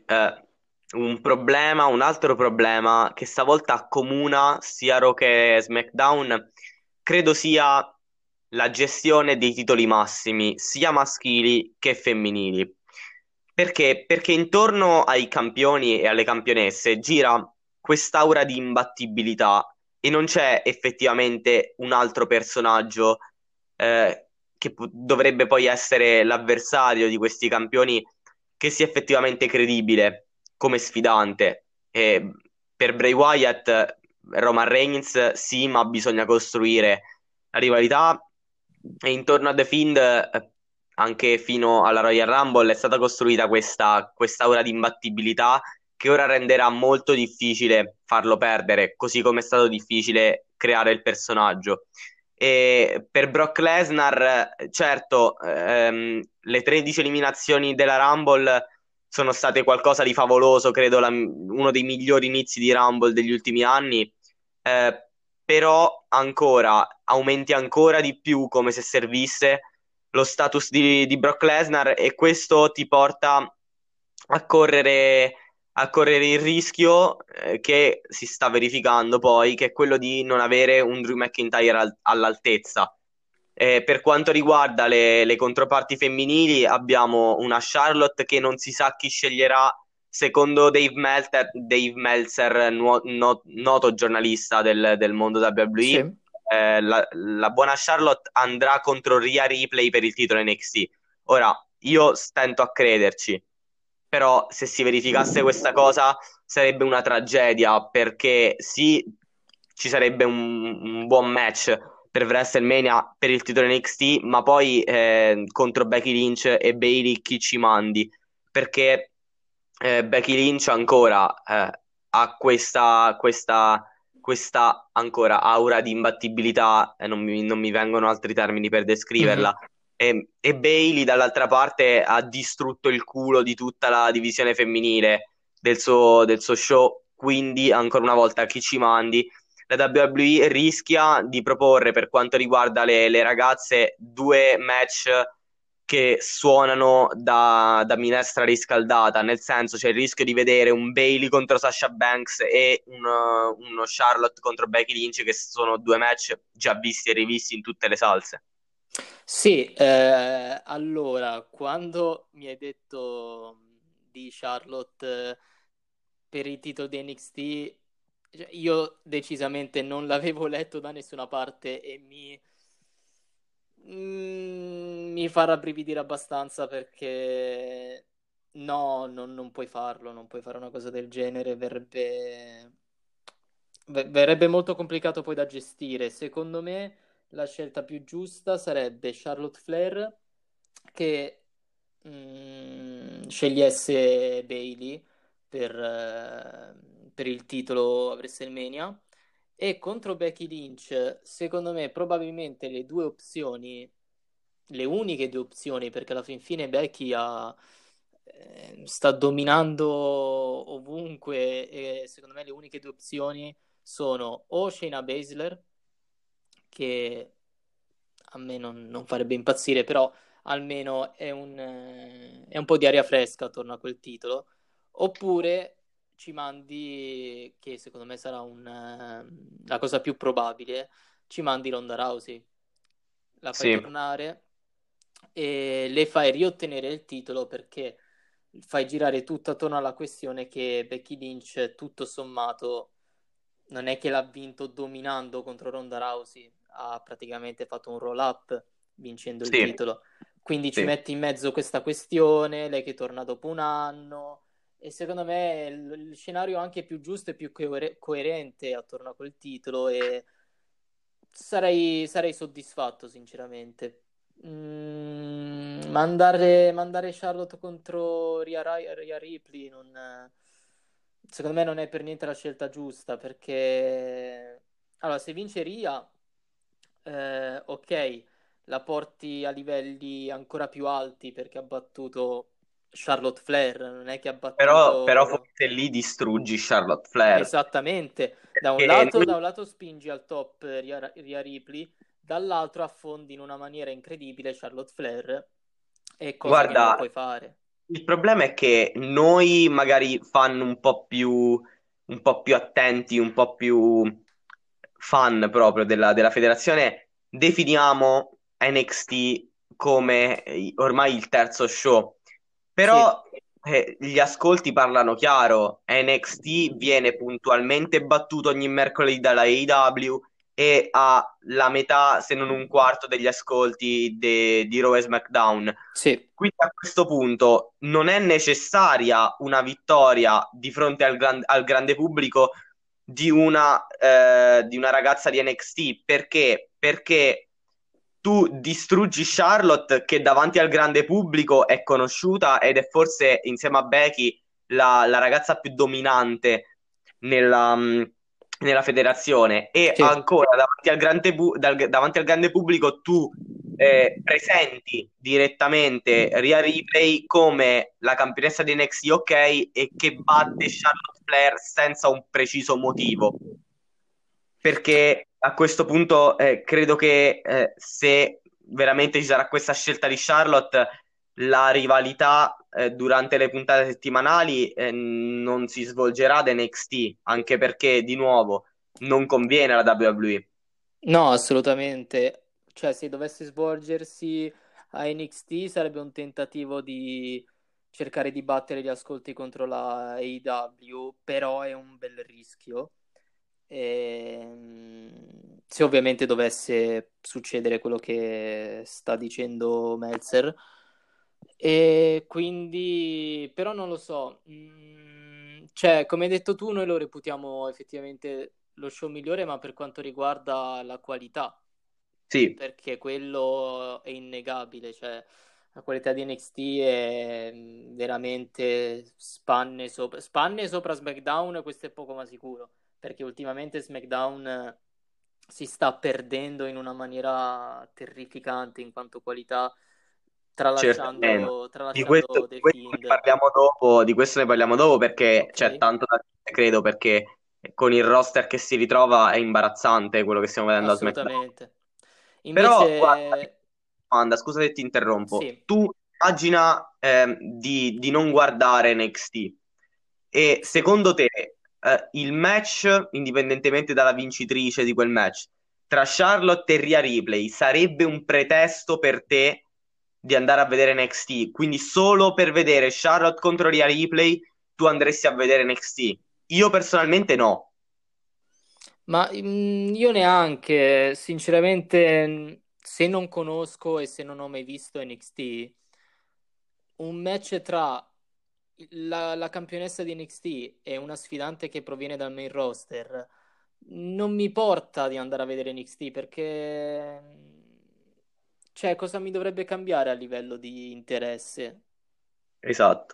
un altro problema che stavolta accomuna sia Raw che SmackDown, credo sia la gestione dei titoli massimi, sia maschili che femminili. Perché? Perché intorno ai campioni e alle campionesse gira quest'aura di imbattibilità e non c'è effettivamente un altro personaggio che dovrebbe poi essere l'avversario di questi campioni che sia effettivamente credibile come sfidante. E per Bray Wyatt, Roman Reigns sì, ma bisogna costruire la rivalità e intorno a The Fiend, anche fino alla Royal Rumble, è stata costruita quest'aura di imbattibilità che ora renderà molto difficile farlo perdere, così come è stato difficile creare il personaggio. E per Brock Lesnar, certo, le 13 eliminazioni della Rumble sono state qualcosa di favoloso, credo uno dei migliori inizi di Rumble degli ultimi anni, eh, però ancora, aumenti ancora di più come se servisse lo status di Brock Lesnar e questo ti porta a correre il rischio che si sta verificando poi, che è quello di non avere un Drew McIntyre all'altezza. Per quanto riguarda le controparti femminili, abbiamo una Charlotte che non si sa chi sceglierà, secondo Dave Meltzer, noto giornalista del mondo WWE. Sì. La buona Charlotte andrà contro Rhea Ripley per il titolo NXT. Ora, io stento a crederci, però se si verificasse questa cosa sarebbe una tragedia perché sì, ci sarebbe un buon match per WrestleMania per il titolo NXT, ma poi contro Becky Lynch e Bayley chi ci mandi? Perché Becky Lynch ancora ha questa ancora aura di imbattibilità, e non mi vengono altri termini per Mhm. descriverla. E Bailey dall'altra parte ha distrutto il culo di tutta la divisione femminile del suo show, quindi ancora una volta chi ci mandi? La WWE rischia di proporre per quanto riguarda le ragazze due match che suonano da minestra riscaldata, nel senso c'è il rischio di vedere un Bailey contro Sasha Banks e uno Charlotte contro Becky Lynch, che sono due match già visti e rivisti in tutte le salse. Sì, allora, quando mi hai detto di Charlotte per il titolo di NXT, cioè, io decisamente non l'avevo letto da nessuna parte e mi fa rabbrividire abbastanza perché no, non puoi farlo, non puoi fare una cosa del genere, verrebbe molto complicato poi da gestire. Secondo me la scelta più giusta sarebbe Charlotte Flair che scegliesse Bailey per il titolo a WrestleMania, e contro Becky Lynch, secondo me probabilmente le due opzioni, le uniche due opzioni, perché alla fin fine Becky sta dominando ovunque, e secondo me le uniche due opzioni sono o Shayna Baszler, che a me non farebbe impazzire, però almeno è un po' di aria fresca attorno a quel titolo, oppure ci mandi, che secondo me sarà la cosa più probabile, ci mandi Ronda Rousey, la fai Sì, tornare e le fai riottenere il titolo, perché fai girare tutto attorno alla questione che Becky Lynch, tutto sommato, non è che l'ha vinto dominando contro Ronda Rousey, ha praticamente fatto un roll up vincendo il sì, titolo. Quindi ci sì. metti in mezzo questa questione, lei che torna dopo un anno, e secondo me il scenario anche più giusto e più coerente attorno a quel titolo, e sarei soddisfatto sinceramente. Mandare Charlotte contro Rhea Ripley secondo me non è per niente la scelta giusta, perché allora, se vince Rhea, ok, la porti a livelli ancora più alti perché ha battuto Charlotte Flair, non è che ha Però battuto forse lì distruggi Charlotte Flair. esattamente. Perché Da noi, un lato spingi al top Rhea Ripley, dall'altro affondi in una maniera incredibile Charlotte Flair, e cosa che non guarda, puoi fare. il problema è che noi magari fan un po' più attenti, un po' più fan proprio della federazione, definiamo NXT come ormai il terzo show. Sì, Però gli ascolti parlano chiaro, NXT viene puntualmente battuto ogni mercoledì dalla AEW e ha la metà, se non un quarto, degli ascolti di Raw e SmackDown. sì. Quindi a questo punto non è necessaria una vittoria di fronte al grande pubblico di una ragazza di NXT. Perché? Perché tu distruggi Charlotte, che davanti al grande pubblico è conosciuta ed è forse, insieme a Becky, la ragazza più dominante nella federazione. E Sì. ancora, davanti al grande pubblico, tu presenti direttamente Rhea Ripley come la campionessa di NXT UK e che batte Charlotte Flair senza un preciso motivo. Perché a questo punto credo che se veramente ci sarà questa scelta di Charlotte, la rivalità durante le puntate settimanali non si svolgerà ad NXT, anche perché, di nuovo, non conviene alla WWE. No, assolutamente. Cioè, se dovesse svolgersi a NXT sarebbe un tentativo di cercare di battere gli ascolti contro la AEW, però è un bel rischio. Se ovviamente dovesse succedere quello che sta dicendo Meltzer. E quindi, però non lo so. Cioè, come hai detto tu, noi lo reputiamo effettivamente lo show migliore, ma per quanto riguarda la qualità, Sì, perché quello è innegabile, cioè la qualità di NXT è veramente spanne sopra SmackDown, questo è poco ma sicuro, perché ultimamente SmackDown si sta perdendo in una maniera terrificante in quanto qualità, certamente. tralasciando Di The questo ne Fiend, parliamo dopo, di questo ne parliamo dopo perché ok? c'è tanto da dire, credo, perché con il roster che si ritrova è imbarazzante quello che stiamo vedendo a SmackDown. Assolutamente. Però, guarda, Invece, domanda, scusa se ti interrompo. sì, Tu immagina di non guardare NXT e sì. secondo te il match, indipendentemente dalla vincitrice di quel match, tra Charlotte e Rhea Ripley sarebbe un pretesto per te di andare a vedere NXT? Quindi solo per vedere Charlotte contro Rhea Ripley tu andresti a vedere NXT? Io personalmente no. Ma io neanche, sinceramente, se non conosco e se non ho mai visto NXT, un match tra la campionessa di NXT e una sfidante che proviene dal main roster non mi porta di andare a vedere NXT perché, cioè, cosa mi dovrebbe cambiare a livello di interesse? Esatto.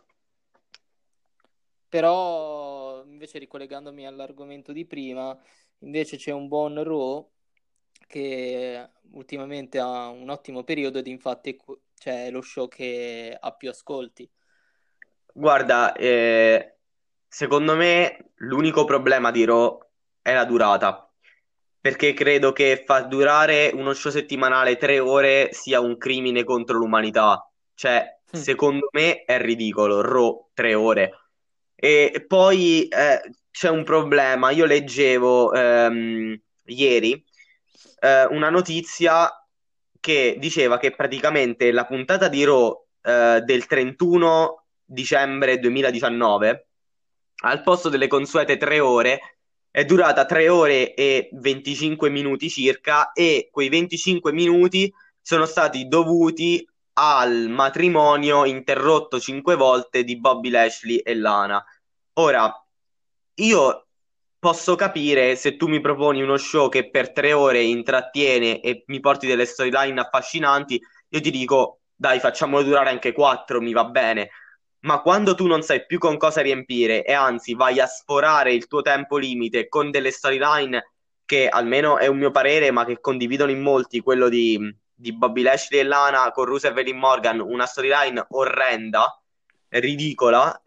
Però, invece, ricollegandomi all'argomento di prima, invece c'è un buon Raw che ultimamente ha un ottimo periodo ed infatti c'è lo show che ha più ascolti. Guarda, secondo me l'unico problema di Raw è la durata, perché credo che far durare uno show settimanale 3 ore sia un crimine contro l'umanità. Cioè, Mm. secondo me è ridicolo, Raw 3 ore. E poi c'è un problema, io leggevo ieri una notizia che diceva che praticamente la puntata di Raw del 31 dicembre 2019, al posto delle consuete 3 ore, è durata 3 ore e 25 minuti circa e quei 25 minuti sono stati dovuti al matrimonio interrotto 5 volte di Bobby Lashley e Lana. Ora, io posso capire se tu mi proponi uno show che per 3 ore intrattiene e mi porti delle storyline affascinanti, io ti dico, dai, facciamolo durare anche 4, mi va bene. Ma quando tu non sai più con cosa riempire e anzi vai a sforare il tuo tempo limite con delle storyline che almeno è un mio parere, ma che condividono in molti, quello di Bobby Lashley e Lana con Rusev e Liv Morgan, una storyline orrenda, ridicola,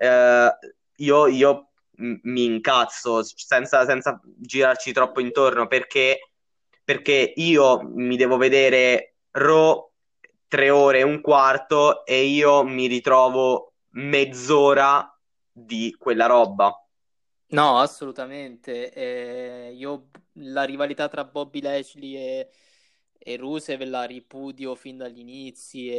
mi incazzo senza girarci troppo intorno perché io mi devo vedere Raw 3 ore e un quarto e io mi ritrovo mezz'ora di quella roba. No, assolutamente. Io la rivalità tra Bobby Lashley e Rusev la ripudio fin dagli inizi.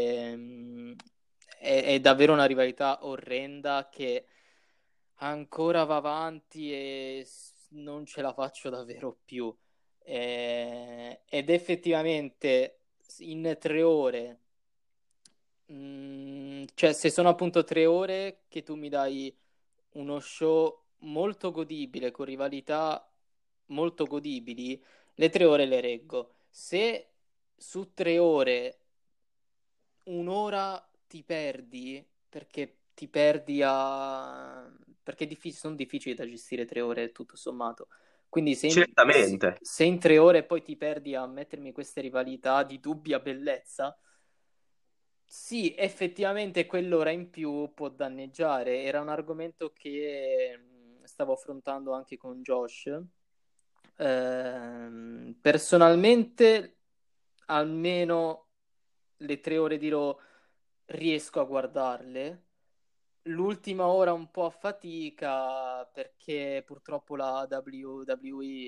È davvero una rivalità orrenda che ancora va avanti e non ce la faccio davvero più. Ed effettivamente in 3 ore, cioè se sono appunto 3 ore che tu mi dai uno show molto godibile, con rivalità molto godibili, le 3 ore le reggo. Se su 3 ore un'ora ti perdi, perché ti perdi a... perché sono difficili da gestire 3 ore tutto sommato. Quindi Certamente. se in 3 ore poi ti perdi a mettermi queste rivalità di dubbia bellezza, sì, effettivamente quell'ora in più può danneggiare. Era un argomento che stavo affrontando anche con Josh. Personalmente, almeno le 3 ore di Raw riesco a guardarle. L'ultima ora un po' a fatica perché purtroppo la WWE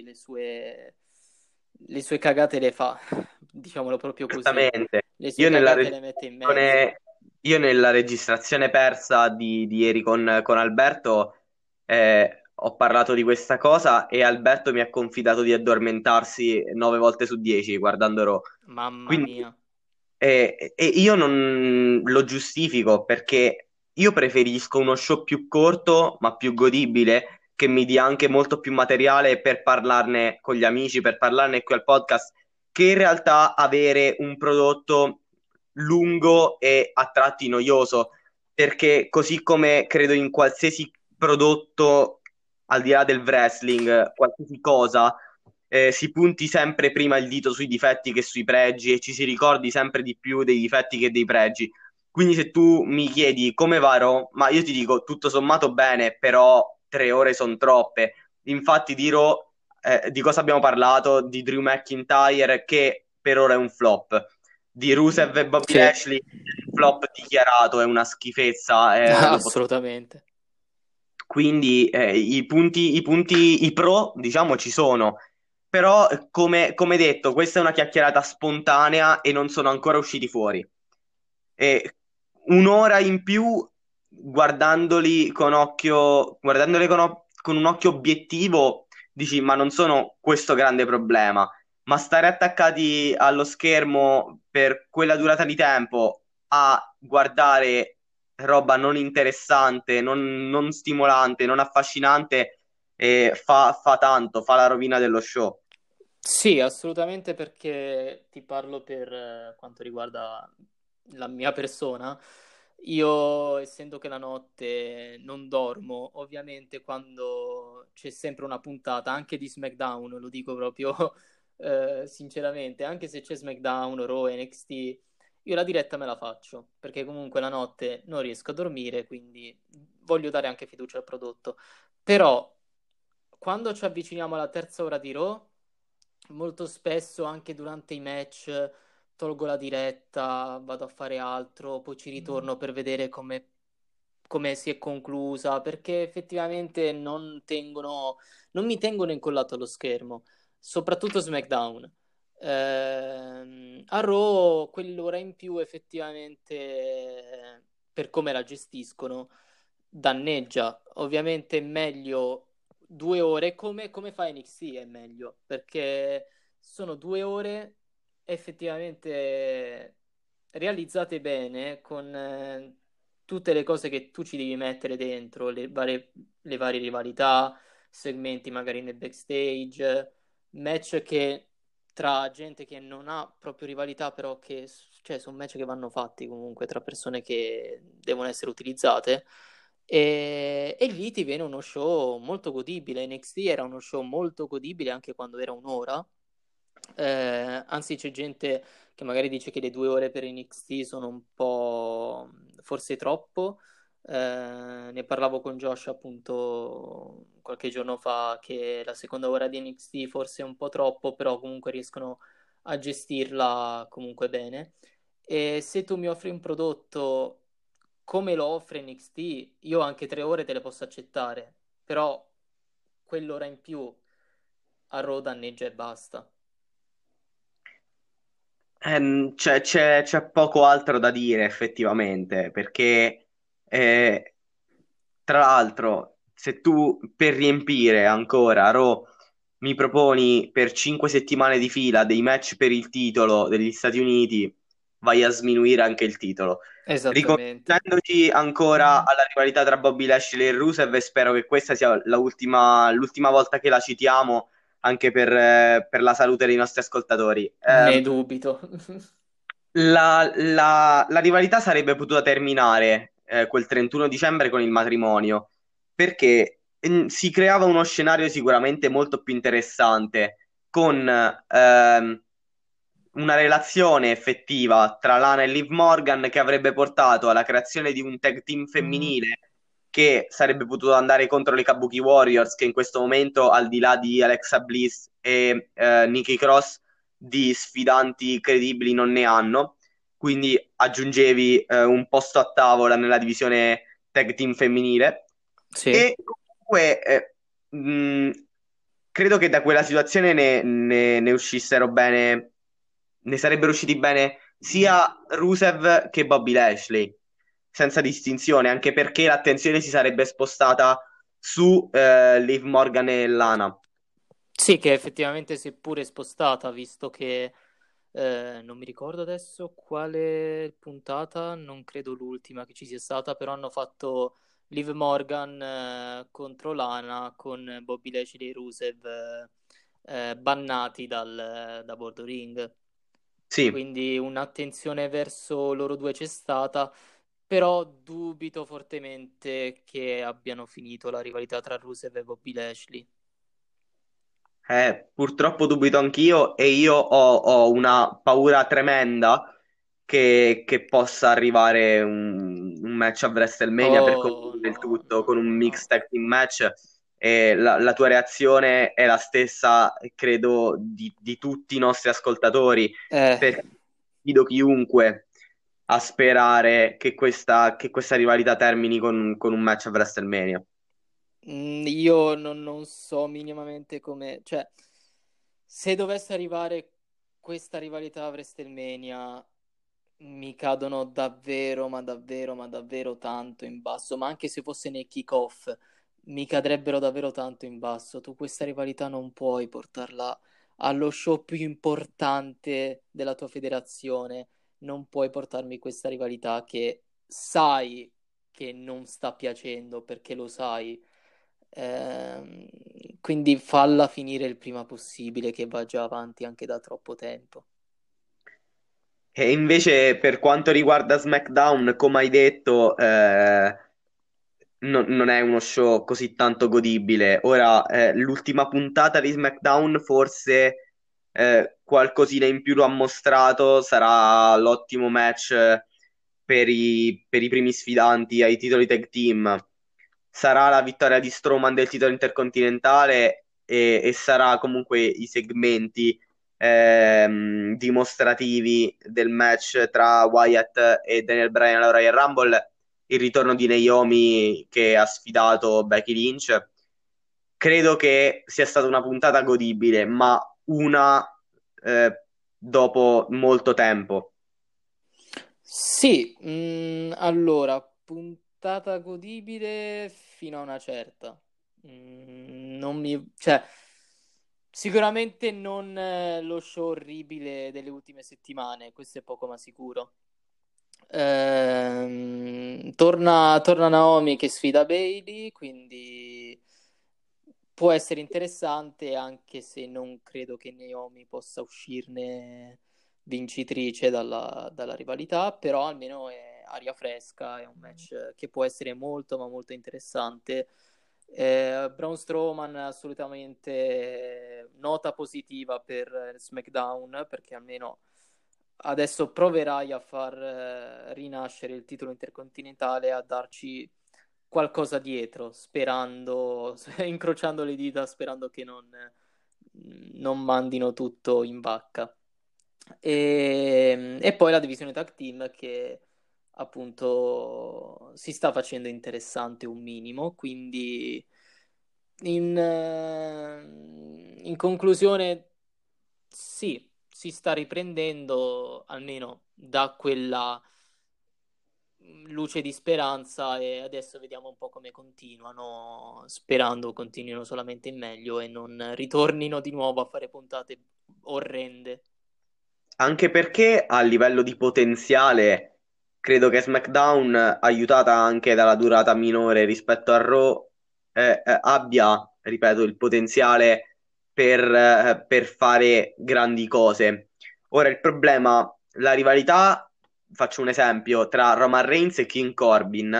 le sue cagate le fa, diciamolo proprio così. Certamente. Le sue Io nella cagate le mette in mezzo. registrazione, io nella registrazione persa di ieri con Alberto ho parlato di questa cosa e Alberto mi ha confidato di addormentarsi 9 volte su 10 guardando Raw. Mamma Quindi, mia. e io non lo giustifico perché io preferisco uno show più corto ma più godibile che mi dia anche molto più materiale per parlarne con gli amici, per parlarne qui al podcast che in realtà avere un prodotto lungo e a tratti noioso, perché così come credo in qualsiasi prodotto, al di là del wrestling, qualsiasi cosa, si punti sempre prima il dito sui difetti che sui pregi e ci si ricordi sempre di più dei difetti che dei pregi. Quindi se tu mi chiedi come varo, ma io ti dico tutto sommato bene, però 3 ore sono troppe. Infatti dirò di cosa abbiamo parlato? Di Drew McIntyre che per ora è un flop, di Rusev e Bobby Sì, Lashley un flop dichiarato, è una schifezza, assolutamente. quindi i pro, diciamo, ci sono, però come detto, questa è una chiacchierata spontanea e non sono ancora usciti fuori. E un'ora in più, guardandole con un occhio obiettivo, dici, ma non sono questo grande problema. Ma stare attaccati allo schermo per quella durata di tempo a guardare roba non interessante, non stimolante, non affascinante, fa tanto, fa la rovina dello show. Sì, assolutamente perché ti parlo per quanto riguarda la mia persona. Io, essendo che la notte non dormo, ovviamente quando c'è sempre una puntata, anche di SmackDown, lo dico proprio sinceramente, anche se c'è SmackDown, Raw, NXT, io la diretta me la faccio, perché comunque la notte non riesco a dormire, quindi voglio dare anche fiducia al prodotto. Però, quando ci avviciniamo alla terza ora di Raw, molto spesso anche durante i match tolgo la diretta, vado a fare altro, poi ci ritorno per vedere come si è conclusa, perché effettivamente non mi tengono incollato allo schermo, soprattutto SmackDown. A Raw quell'ora in più effettivamente, per come la gestiscono, danneggia. Ovviamente è meglio 2 ore, come fa NXT è meglio, perché sono 2 ore effettivamente realizzate bene con tutte le cose che tu ci devi mettere dentro, le varie rivalità, segmenti magari nel backstage, match che tra gente che non ha proprio rivalità, però che cioè, sono match che vanno fatti comunque tra persone che devono essere utilizzate. E lì ti viene uno show molto godibile. NXT era uno show molto godibile anche quando era un'ora. Anzi, c'è gente che magari dice che le 2 ore per NXT sono un po' forse troppo. Ne parlavo con Josh appunto qualche giorno fa che la seconda ora di NXT forse è un po' troppo, però comunque riescono a gestirla comunque bene. E se tu mi offri un prodotto come lo offre NXT, io anche 3 ore te le posso accettare, però quell'ora in più a Raw danneggia e basta. C'è poco altro da dire effettivamente, perché eh, tra l'altro, se tu per riempire ancora Raw mi proponi per 5 settimane di fila dei match per il titolo degli Stati Uniti, vai a sminuire anche il titolo. Esattamente. Riconducendoci ancora alla rivalità tra Bobby Lashley e Rusev, e spero che questa sia l'ultima volta che la citiamo anche per la salute dei nostri ascoltatori. Ne dubito. La rivalità sarebbe potuta terminare quel 31 dicembre con il matrimonio, perché si creava uno scenario sicuramente molto più interessante, con una relazione effettiva tra Lana e Liv Morgan che avrebbe portato alla creazione di un tag team femminile che sarebbe potuto andare contro le Kabuki Warriors, che in questo momento, al di là di Alexa Bliss e Nikki Cross, di sfidanti credibili non ne hanno. Quindi aggiungevi un posto a tavola nella divisione tag team femminile. Sì. E comunque credo che da quella situazione ne uscissero bene, ne sarebbero usciti bene sia Rusev che Bobby Lashley, senza distinzione, anche perché l'attenzione si sarebbe spostata su Liv Morgan e Lana. Sì, che effettivamente si è pure spostata, visto che non mi ricordo adesso quale puntata, non credo l'ultima che ci sia stata, però hanno fatto Liv Morgan contro Lana con Bobby Lashley e Rusev bannati da Bordo Ring. Sì. Quindi un'attenzione verso loro due c'è stata, però dubito fortemente che abbiano finito la rivalità tra Rusev e Bobby Lashley. Purtroppo dubito anch'io e io ho una paura tremenda che possa arrivare un match a WrestleMania per Oh concludere il no, tutto con no, un no, no. mixed tag team match. E la tua reazione è la stessa, credo, di tutti i nostri ascoltatori, Eh, perché sfido chiunque a sperare che questa rivalità termini con un match a WrestleMania. io non so minimamente come... Cioè, se dovesse arrivare questa rivalità a WrestleMania, mi cadono davvero, ma davvero, ma davvero tanto in basso. Ma anche se fosse nei kick-off, mi cadrebbero davvero tanto in basso. Tu questa rivalità non puoi portarla allo show più importante della tua federazione. Non puoi portarmi questa rivalità che sai che non sta piacendo perché lo sai. Ehm, quindi falla finire il prima possibile, che va già avanti anche da troppo tempo. E invece per quanto riguarda SmackDown, come hai detto, non è uno show così tanto godibile. Ora, l'ultima puntata di SmackDown forse qualcosina in più lo ha mostrato, sarà l'ottimo match per i primi sfidanti ai titoli tag team. Sarà la vittoria di Strowman del titolo intercontinentale e sarà comunque i segmenti dimostrativi del match tra Wyatt e Daniel Bryan alla Royal Rumble, il ritorno di Naomi che ha sfidato Becky Lynch. Credo che sia stata una puntata godibile, ma una dopo molto tempo. Sì, allora, puntata godibile fino a una certa. Non mi... Cioè, sicuramente non lo show orribile delle ultime settimane, questo è poco ma sicuro. Torna Naomi che sfida Bailey, quindi può essere interessante, anche se non credo che Naomi possa uscirne vincitrice dalla rivalità, però almeno è aria fresca, è un match che può essere molto ma molto interessante. Braun Strowman assolutamente nota positiva per SmackDown, perché almeno adesso proverai a far rinascere il titolo intercontinentale, a darci qualcosa dietro, sperando, incrociando le dita, sperando che non mandino tutto in vacca. E poi la divisione tag team che appunto si sta facendo interessante un minimo, quindi in conclusione sì, si sta riprendendo almeno da quella luce di speranza e adesso vediamo un po' come continuano, sperando continuino solamente in meglio e non ritornino di nuovo a fare puntate orrende. Anche perché a livello di potenziale, credo che SmackDown, aiutata anche dalla durata minore rispetto a Raw, abbia, ripeto, il potenziale per fare grandi cose. Ora il problema, la rivalità, faccio un esempio, tra Roman Reigns e King Corbin,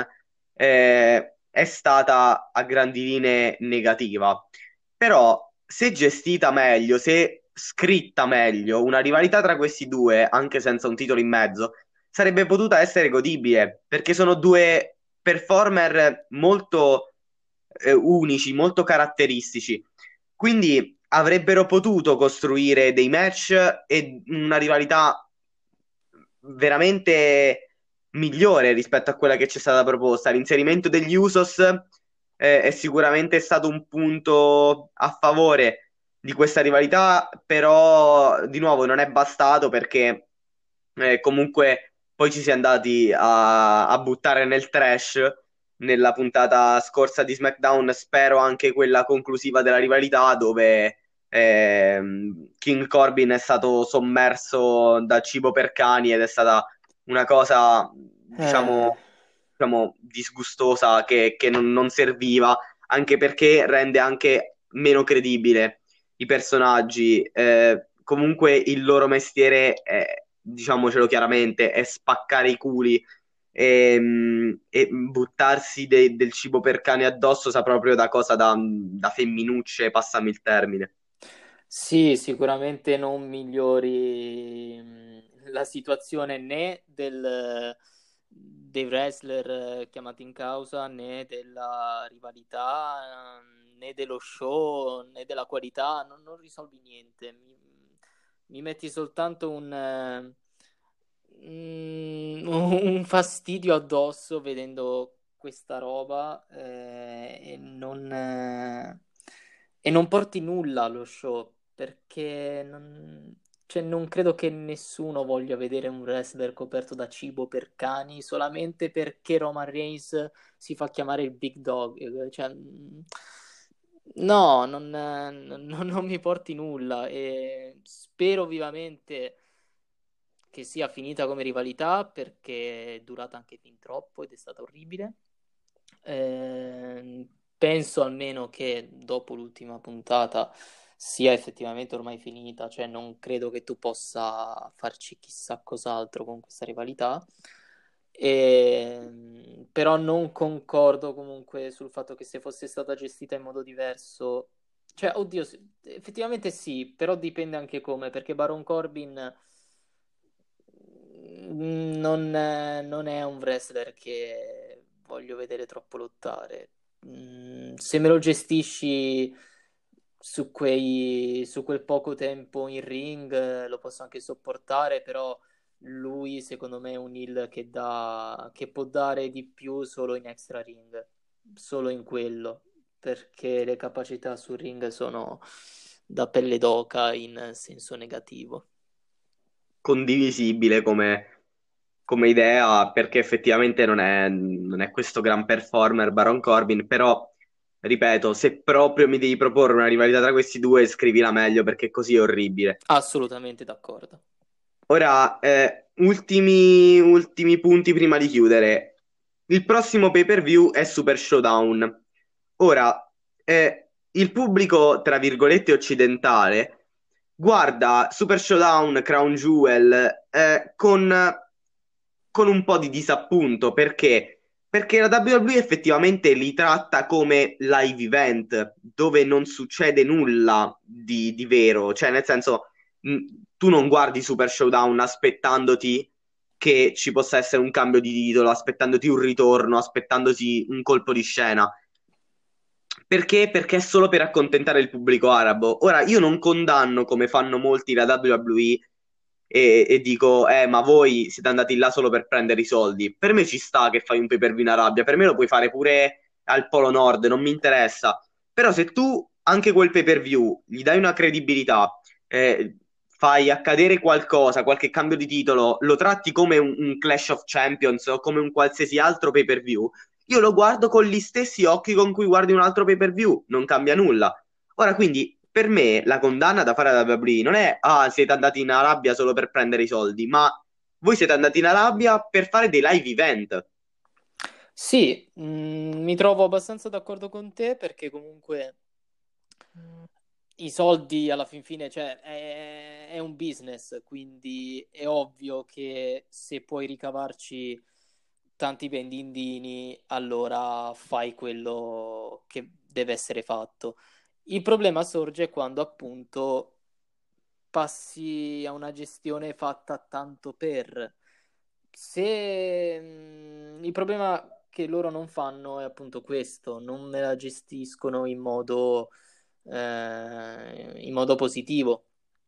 è stata a grandi linee negativa. Però, se gestita meglio, se scritta meglio, una rivalità tra questi due, anche senza un titolo in mezzo, sarebbe potuta essere godibile, perché sono due performer molto unici, molto caratteristici. Quindi avrebbero potuto costruire dei match e una rivalità veramente migliore rispetto a quella che ci è stata proposta. L'inserimento degli Usos è sicuramente stato un punto a favore di questa rivalità, però di nuovo non è bastato perché comunque poi ci si è andati a buttare nel trash nella puntata scorsa di SmackDown, spero anche quella conclusiva della rivalità dove King Corbin è stato sommerso da cibo per cani ed è stata una cosa, Eh, diciamo disgustosa che non serviva, anche perché rende anche meno credibile i personaggi. Comunque il loro mestiere è, diciamocelo chiaramente, è spaccare i culi e buttarsi del cibo per cani addosso sa proprio da cosa da femminucce, passami il termine. sì, sicuramente non migliori la situazione né dei wrestler chiamati in causa, né della rivalità, né dello show, né della qualità, non risolvi niente. Mi metti soltanto un fastidio addosso vedendo questa roba e non porti nulla allo show perché cioè, non credo che nessuno voglia vedere un wrestler coperto da cibo per cani solamente perché Roman Reigns si fa chiamare il Big Dog. Cioè, no, non mi porti nulla e spero vivamente che sia finita come rivalità perché è durata anche fin troppo ed è stata orribile. Penso almeno che dopo l'ultima puntata sia effettivamente ormai finita, cioè non credo che tu possa farci chissà cos'altro con questa rivalità. Però non concordo comunque sul fatto che se fosse stata gestita in modo diverso, cioè, oddio, effettivamente sì, però dipende anche come, perché Baron Corbin non è un wrestler che voglio vedere troppo lottare. Se me lo gestisci su quel poco tempo in ring, lo posso anche sopportare, però lui secondo me è un heel che può dare di più solo in extra ring, solo in quello, perché le capacità sul ring sono da pelle d'oca in senso negativo. Condivisibile come idea, perché effettivamente non è questo gran performer Baron Corbin, però, ripeto, se proprio mi devi proporre una rivalità tra questi due, scrivila meglio perché così è orribile. Assolutamente d'accordo. Ora, ultimi punti prima di chiudere. Il prossimo pay-per-view è Super Showdown. Ora, il pubblico, tra virgolette, occidentale guarda Super Showdown, Crown Jewel con un po' di disappunto perché? Perché la WWE effettivamente li tratta come live event dove non succede nulla di vero, cioè nel senso mh, tu non guardi Super Showdown aspettandoti che ci possa essere un cambio di titolo, aspettandoti un ritorno, aspettandoti un colpo di scena. Perché? Perché è solo per accontentare il pubblico arabo. Ora, io non condanno come fanno molti la WWE e dico, ma voi siete andati là solo per prendere i soldi. Per me ci sta che fai un pay-per-view in Arabia, per me lo puoi fare pure al Polo Nord, non mi interessa. Però se tu anche quel pay-per-view gli dai una credibilità, fai accadere qualcosa, qualche cambio di titolo, lo tratti come un Clash of Champions o come un qualsiasi altro pay-per-view, io lo guardo con gli stessi occhi con cui guardi un altro pay-per-view, non cambia nulla. Ora, quindi, per me la condanna da fare alla WWE non è siete andati in Arabia solo per prendere i soldi, ma voi siete andati in Arabia per fare dei live event. Sì, mi trovo abbastanza d'accordo con te perché comunque i soldi alla fin fine, cioè, è un business, quindi è ovvio che se puoi ricavarci tanti pendindini, allora fai quello che deve essere fatto. Il problema sorge quando appunto passi a una gestione fatta tanto per. Se il problema che loro non fanno è appunto questo, non me la gestiscono in modo positivo,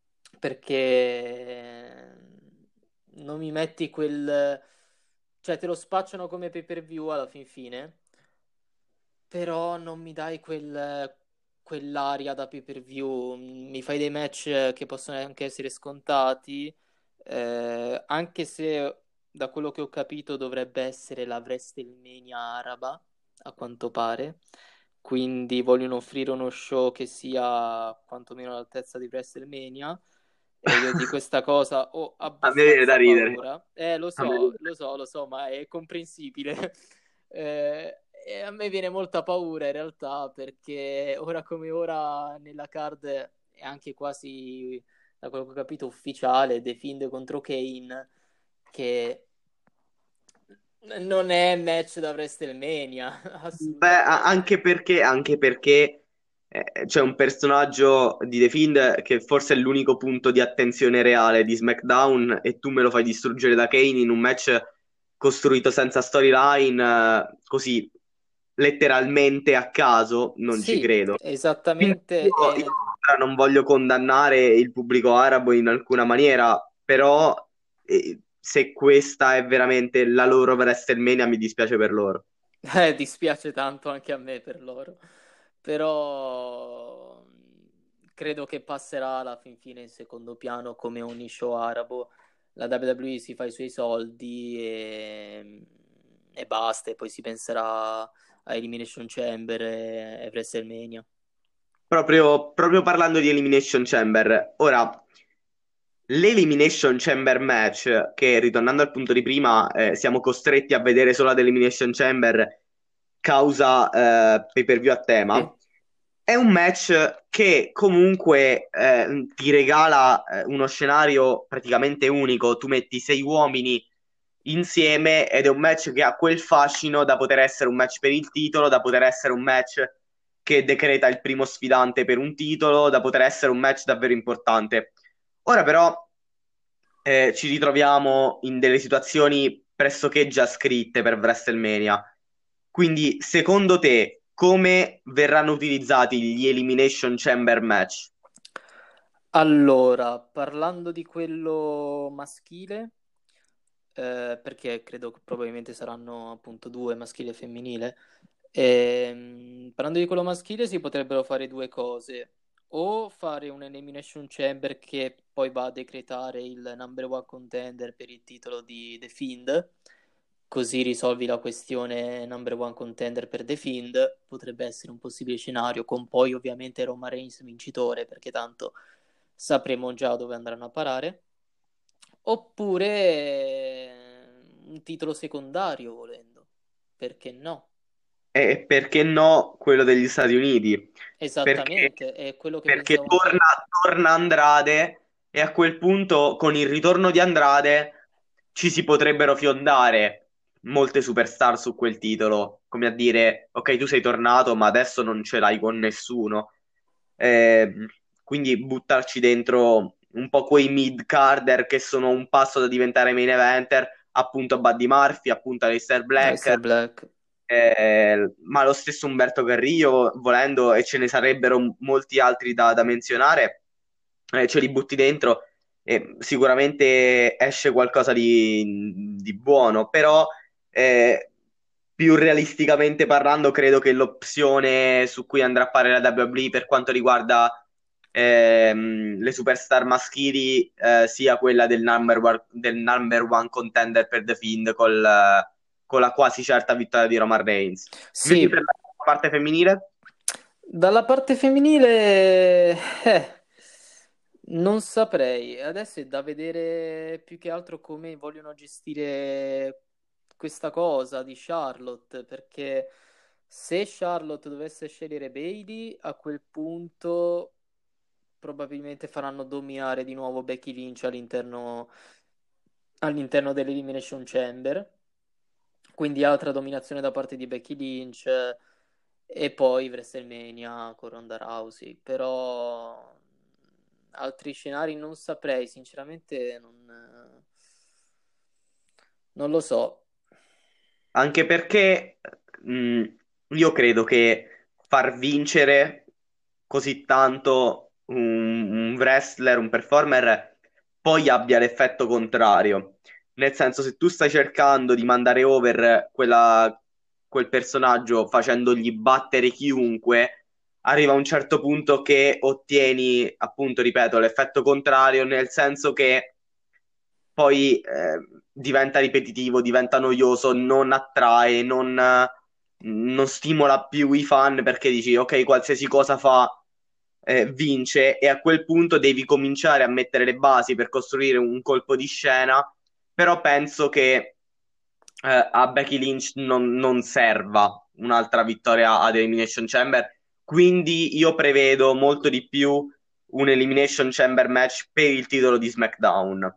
perché non mi metti cioè te lo spacciano come pay per view alla fin fine, però non mi dai quell'aria da pay per view, mi fai dei match che possono anche essere scontati, anche se da quello che ho capito dovrebbe essere la WrestleMania araba, a quanto pare, quindi vogliono offrire uno show che sia quantomeno all'altezza di WrestleMania. E io di questa cosa ho A me viene da abbastanza ridere. paura. Lo A me viene so, da lo so, lo so, ma è comprensibile. E a me viene molta paura in realtà perché ora come ora nella card è anche quasi, da quello che ho capito, ufficiale The Fiend contro Kane, che non è match da WrestleMania, Beh, assolutamente. anche perché c'è un personaggio di The Fiend che forse è l'unico punto di attenzione reale di SmackDown e tu me lo fai distruggere da Kane in un match costruito senza storyline, così letteralmente a caso, non ci Sì, credo. Quindi esattamente. io ora non voglio condannare il pubblico arabo in alcuna maniera, però se questa è veramente la loro WrestleMania mi dispiace per loro. Dispiace tanto anche a me per loro, però credo che passerà alla fin fine in secondo piano come ogni show arabo. La WWE si fa i suoi soldi e basta, e poi si penserà a Elimination Chamber e WrestleMania. Proprio parlando di Elimination Chamber, ora l'Elimination Chamber match, che ritornando al punto di prima, siamo costretti a vedere solo ad Elimination Chamber causa pay-per-view a Sì. tema, è un match che comunque ti regala uno scenario praticamente unico. Tu metti sei uomini insieme ed è un match che ha quel fascino da poter essere un match per il titolo, da poter essere un match che decreta il primo sfidante per un titolo, da poter essere un match davvero importante. Ora però ci ritroviamo in delle situazioni pressoché già scritte per WrestleMania. Quindi, secondo te, come verranno utilizzati gli Elimination Chamber match? Allora, parlando di quello maschile, perché credo che probabilmente saranno appunto due, maschile e femminile. Parlando di quello maschile, si potrebbero fare due cose: o fare un Elimination Chamber che poi va a decretare il number one contender per il titolo di The Fiend, così risolvi la questione number one contender per The Fiend. Potrebbe essere un possibile scenario, con poi ovviamente Roman Reigns vincitore, perché tanto sapremo già dove andranno a parare. Oppure un titolo secondario, volendo. Perché no? E perché no quello degli Stati Uniti? Perché, Esattamente, è quello che perché pensavo anch'io. torna Andrade e a quel punto, con il ritorno di Andrade, ci si potrebbero fiondare molte superstar su quel titolo, come a dire, ok, tu sei tornato, ma adesso non ce l'hai con nessuno. Eh, quindi buttarci dentro un po' quei mid-carder che sono un passo da diventare main eventer, appunto Buddy Murphy, appunto Aleister Black, Aleister Black. ma lo stesso Umberto Carrillo, volendo, e ce ne sarebbero molti altri da menzionare, ce li butti dentro e sicuramente esce qualcosa di buono, però più realisticamente parlando credo che l'opzione su cui andrà a fare la WWE per quanto riguarda le superstar maschili sia quella del number one contender per The Fiend con la quasi certa vittoria di Roman Reigns. Invece per Sì, la parte femminile, dalla parte femminile, non saprei. Adesso è da vedere più che altro come vogliono gestire questa cosa di Charlotte, perché se Charlotte dovesse scegliere Bailey, a quel punto probabilmente faranno dominare di nuovo Becky Lynch all'interno dell'Elimination Chamber. Quindi altra dominazione da parte di Becky Lynch e poi WrestleMania con Ronda Rousey. Però altri scenari non saprei, sinceramente non lo so. anche perché mh, io credo che far vincere così tanto un wrestler, un performer, poi abbia l'effetto contrario. Nel senso, se tu stai cercando di mandare over quel personaggio facendogli battere chiunque, arriva a un certo punto che ottieni, appunto, ripeto, l'effetto contrario, nel senso che poi diventa ripetitivo, diventa noioso, non attrae, non stimola più i fan perché dici, ok, qualsiasi cosa fa vince e a quel punto devi cominciare a mettere le basi per costruire un colpo di scena, però penso che a Becky Lynch non serva un'altra vittoria ad Elimination Chamber, quindi io prevedo molto di più un Elimination Chamber match per il titolo di SmackDown.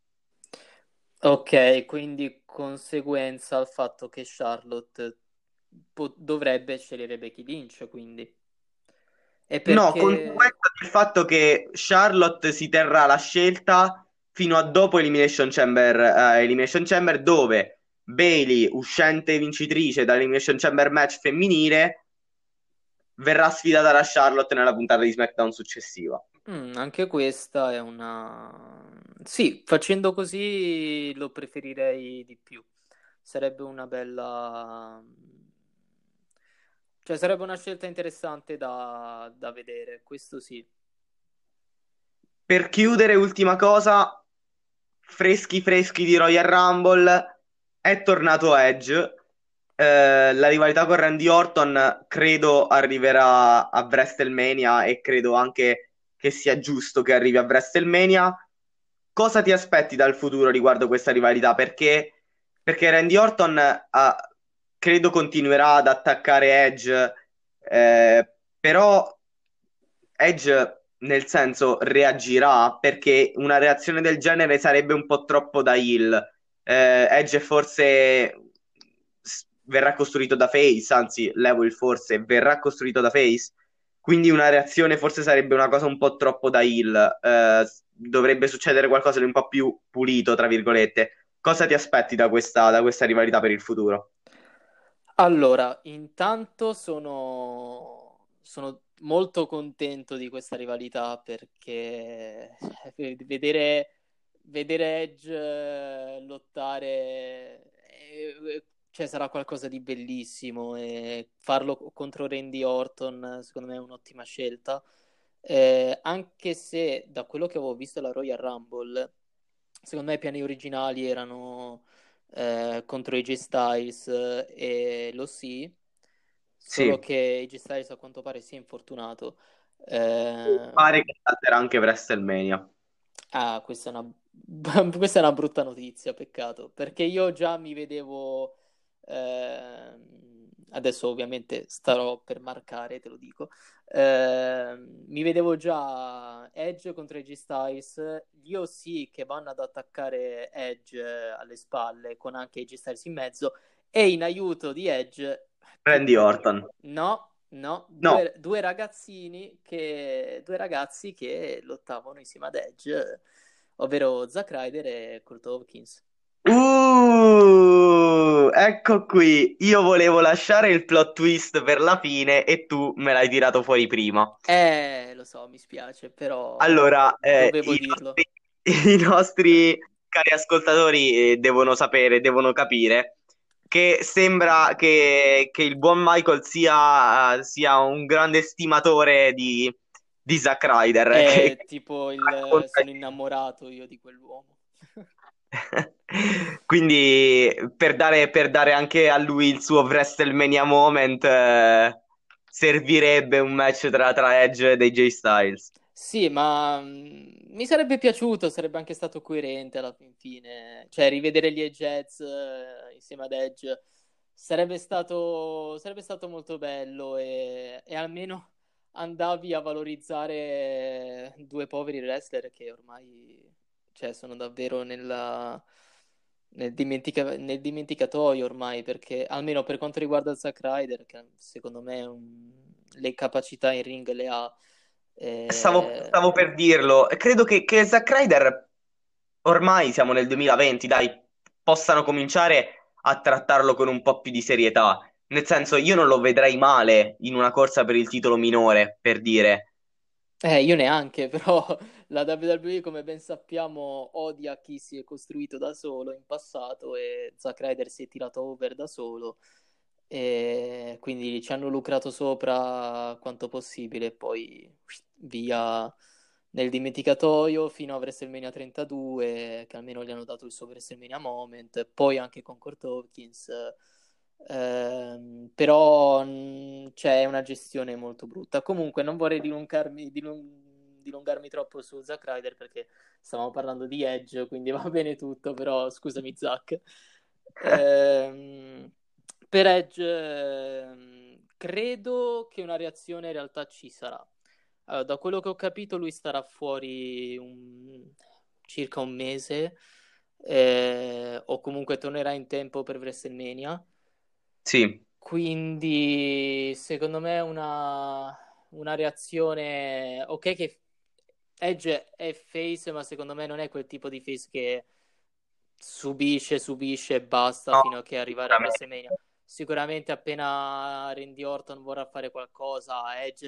Ok, quindi conseguenza al fatto che Charlotte dovrebbe scegliere Becky Lynch, quindi. E No, perché... conseguenza del fatto che Charlotte si terrà la scelta fino a dopo Elimination Chamber dove Bailey, uscente vincitrice dall'Elimination Chamber match femminile, verrà sfidata da Charlotte nella puntata di SmackDown successiva. Anche questa è una... Sì, facendo così lo preferirei di più. Sarebbe una bella... Cioè, sarebbe una scelta interessante da vedere, questo sì. Per chiudere, ultima cosa, freschi freschi di Royal Rumble, è tornato Edge. La rivalità con Randy Orton credo arriverà a WrestleMania e credo anche che sia giusto che arrivi a WrestleMania. Cosa ti aspetti dal futuro riguardo questa rivalità? Perché Randy Orton credo continuerà ad attaccare Edge, però Edge nel senso reagirà perché una reazione del genere sarebbe un po' troppo da heel. Edge forse verrà costruito da face, anzi, levo il forse, verrà costruito da face. Quindi una reazione forse sarebbe una cosa un po' troppo da heel. Dovrebbe succedere qualcosa di un po' più pulito, tra virgolette. Cosa ti aspetti da questa rivalità per il futuro? Allora, intanto sono molto contento di questa rivalità perché vedere Edge lottare cioè, sarà qualcosa di bellissimo e farlo contro Randy Orton secondo me è un'ottima scelta. Anche se da quello che avevo visto alla Royal Rumble, secondo me i piani originali erano contro AJ Styles e lo sì, solo Sì, che AJ Styles a quanto pare si è infortunato. Eh, pare che salterà anche WrestleMania. questa è una... questa è una brutta notizia, peccato, perché io già mi vedevo... adesso ovviamente starò per marcare, te lo dico. Mi vedevo già Edge contro AJ Styles, io sì che vanno ad attaccare Edge alle spalle con anche AJ Styles in mezzo e in aiuto di Edge Randy Orton. no, No, No. due ragazzi che lottavano insieme ad Edge, ovvero Zack Ryder e Kurt Hawkins. Ecco qui. Io volevo lasciare il plot twist per la fine e tu me l'hai tirato fuori prima. Lo so, mi spiace, però Allora, dovevo dirlo. i nostri cari ascoltatori devono sapere, devono capire che sembra che il buon Michael sia un grande stimatore di Zack Ryder. È tipo sono innamorato io di quell'uomo. Quindi per dare anche a lui il suo WrestleMania moment, servirebbe un match tra Edge e AJ Styles. Sì, ma mi sarebbe piaciuto, sarebbe anche stato coerente alla fin fine. Cioè, rivedere gli Jazz insieme ad Edge sarebbe stato molto bello e almeno andavi a valorizzare due poveri wrestler che ormai, cioè, sono davvero nel dimenticatoio ormai, perché almeno per quanto riguarda Zack Ryder, che secondo me le capacità in ring le ha. Stavo per dirlo. Credo che Zack Ryder, ormai siamo nel 2020, dai, possano cominciare a trattarlo con un po' più di serietà. Nel senso, io non lo vedrei male in una corsa per il titolo minore, per dire. Io neanche, però la WWE, come ben sappiamo, odia chi si è costruito da solo in passato e Zack Ryder si è tirato over da solo e quindi ci hanno lucrato sopra quanto possibile e poi via nel dimenticatoio fino a WrestleMania 32, che almeno gli hanno dato il suo WrestleMania moment, poi anche con Kurt Hawkins. Però c'è una gestione molto brutta. Comunque non vorrei dilungarmi troppo su Zack Ryder perché stavamo parlando di Edge, quindi va bene tutto, però scusami Zack. Ehm, per Edge credo che una reazione in realtà ci sarà. Allora, da quello che ho capito lui starà fuori circa un mese o comunque tornerà in tempo per WrestleMania. Sì. Quindi, secondo me, una reazione. Ok, che Edge è face, ma secondo me non è quel tipo di face che subisce e basta No, fino a che arrivare a sicuramente. WrestleMania. Sicuramente, appena Randy Orton vorrà fare qualcosa, Edge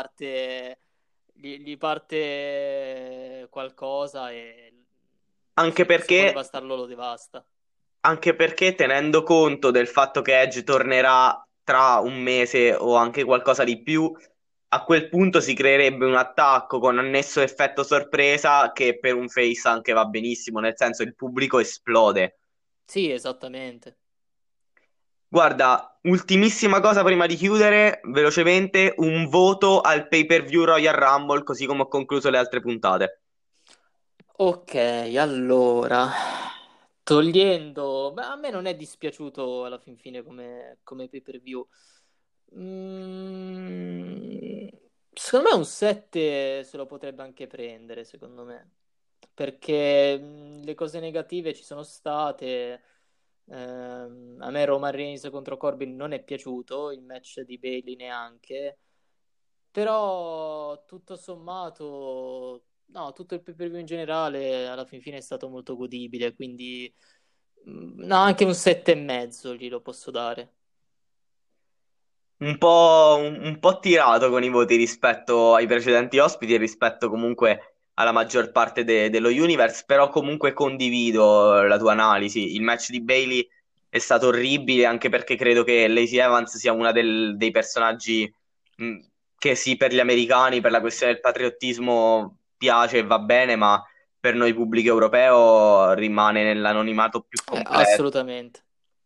gli parte qualcosa e Anche se può perché devastarlo, lo devasta. Anche perché tenendo conto del fatto che Edge tornerà tra un mese o anche qualcosa di più, a quel punto si creerebbe un attacco con annesso effetto sorpresa che per un face anche va benissimo, nel senso il pubblico esplode. Sì, esattamente. Guarda, ultimissima cosa prima di chiudere, velocemente, un voto al pay-per-view Royal Rumble, così come ho concluso le altre puntate. Ok, allora, togliendo, beh, a me non è dispiaciuto alla fin fine come pay-per-view. Mm, secondo me un 7 se lo potrebbe anche prendere, secondo me, perché le cose negative ci sono state. A me Roman Reigns contro Corbin non è piaciuto, il match di Bailey neanche. Però tutto sommato, no, tutto il pay-per-view in generale alla fin fine è stato molto godibile, quindi no, anche un 7,5 glielo posso dare. Un po' tirato con i voti rispetto ai precedenti ospiti e rispetto comunque alla maggior parte dello universe, però comunque condivido la tua analisi. Il match di Bailey è stato orribile anche perché credo che Lacey Evans sia una dei personaggi mh, che sì, per gli americani, per la questione del patriottismo piace e va bene, ma per noi pubblico europeo rimane nell'anonimato più completo. Assolutamente.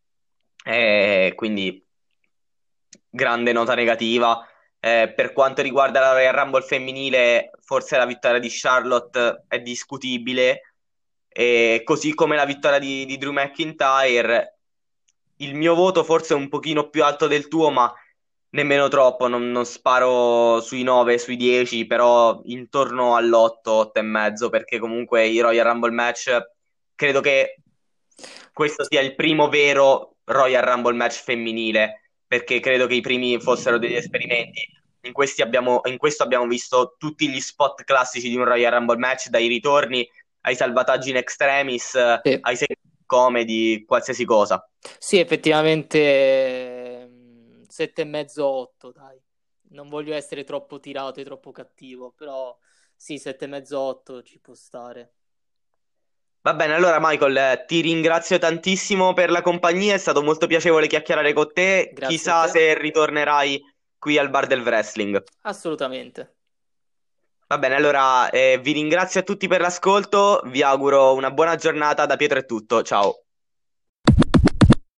Quindi grande nota negativa. Per quanto riguarda la Royal Rumble femminile, forse la vittoria di Charlotte è discutibile, così come la vittoria di Drew McIntyre. Il mio voto forse è un pochino più alto del tuo, ma nemmeno troppo, non sparo sui 9, sui 10, però intorno all'8, 8 e mezzo, perché comunque i Royal Rumble match credo che questo sia il primo vero Royal Rumble match femminile perché credo che i primi fossero degli esperimenti. In questo abbiamo visto tutti gli spot classici di un Royal Rumble match, dai ritorni ai salvataggi in extremis, Sì. ai segmenti comedy, qualsiasi cosa. Sì, effettivamente 7,5 8, dai. Non voglio essere troppo tirato e troppo cattivo, però sì, 7,5 8 ci può stare. Va bene, allora Michael, ti ringrazio tantissimo per la compagnia, è stato molto piacevole chiacchierare con te. Grazie a Chissà te. se ritornerai qui al bar del wrestling. Assolutamente. Va bene, allora vi ringrazio a tutti per l'ascolto, vi auguro una buona giornata, da Pietro è tutto, ciao.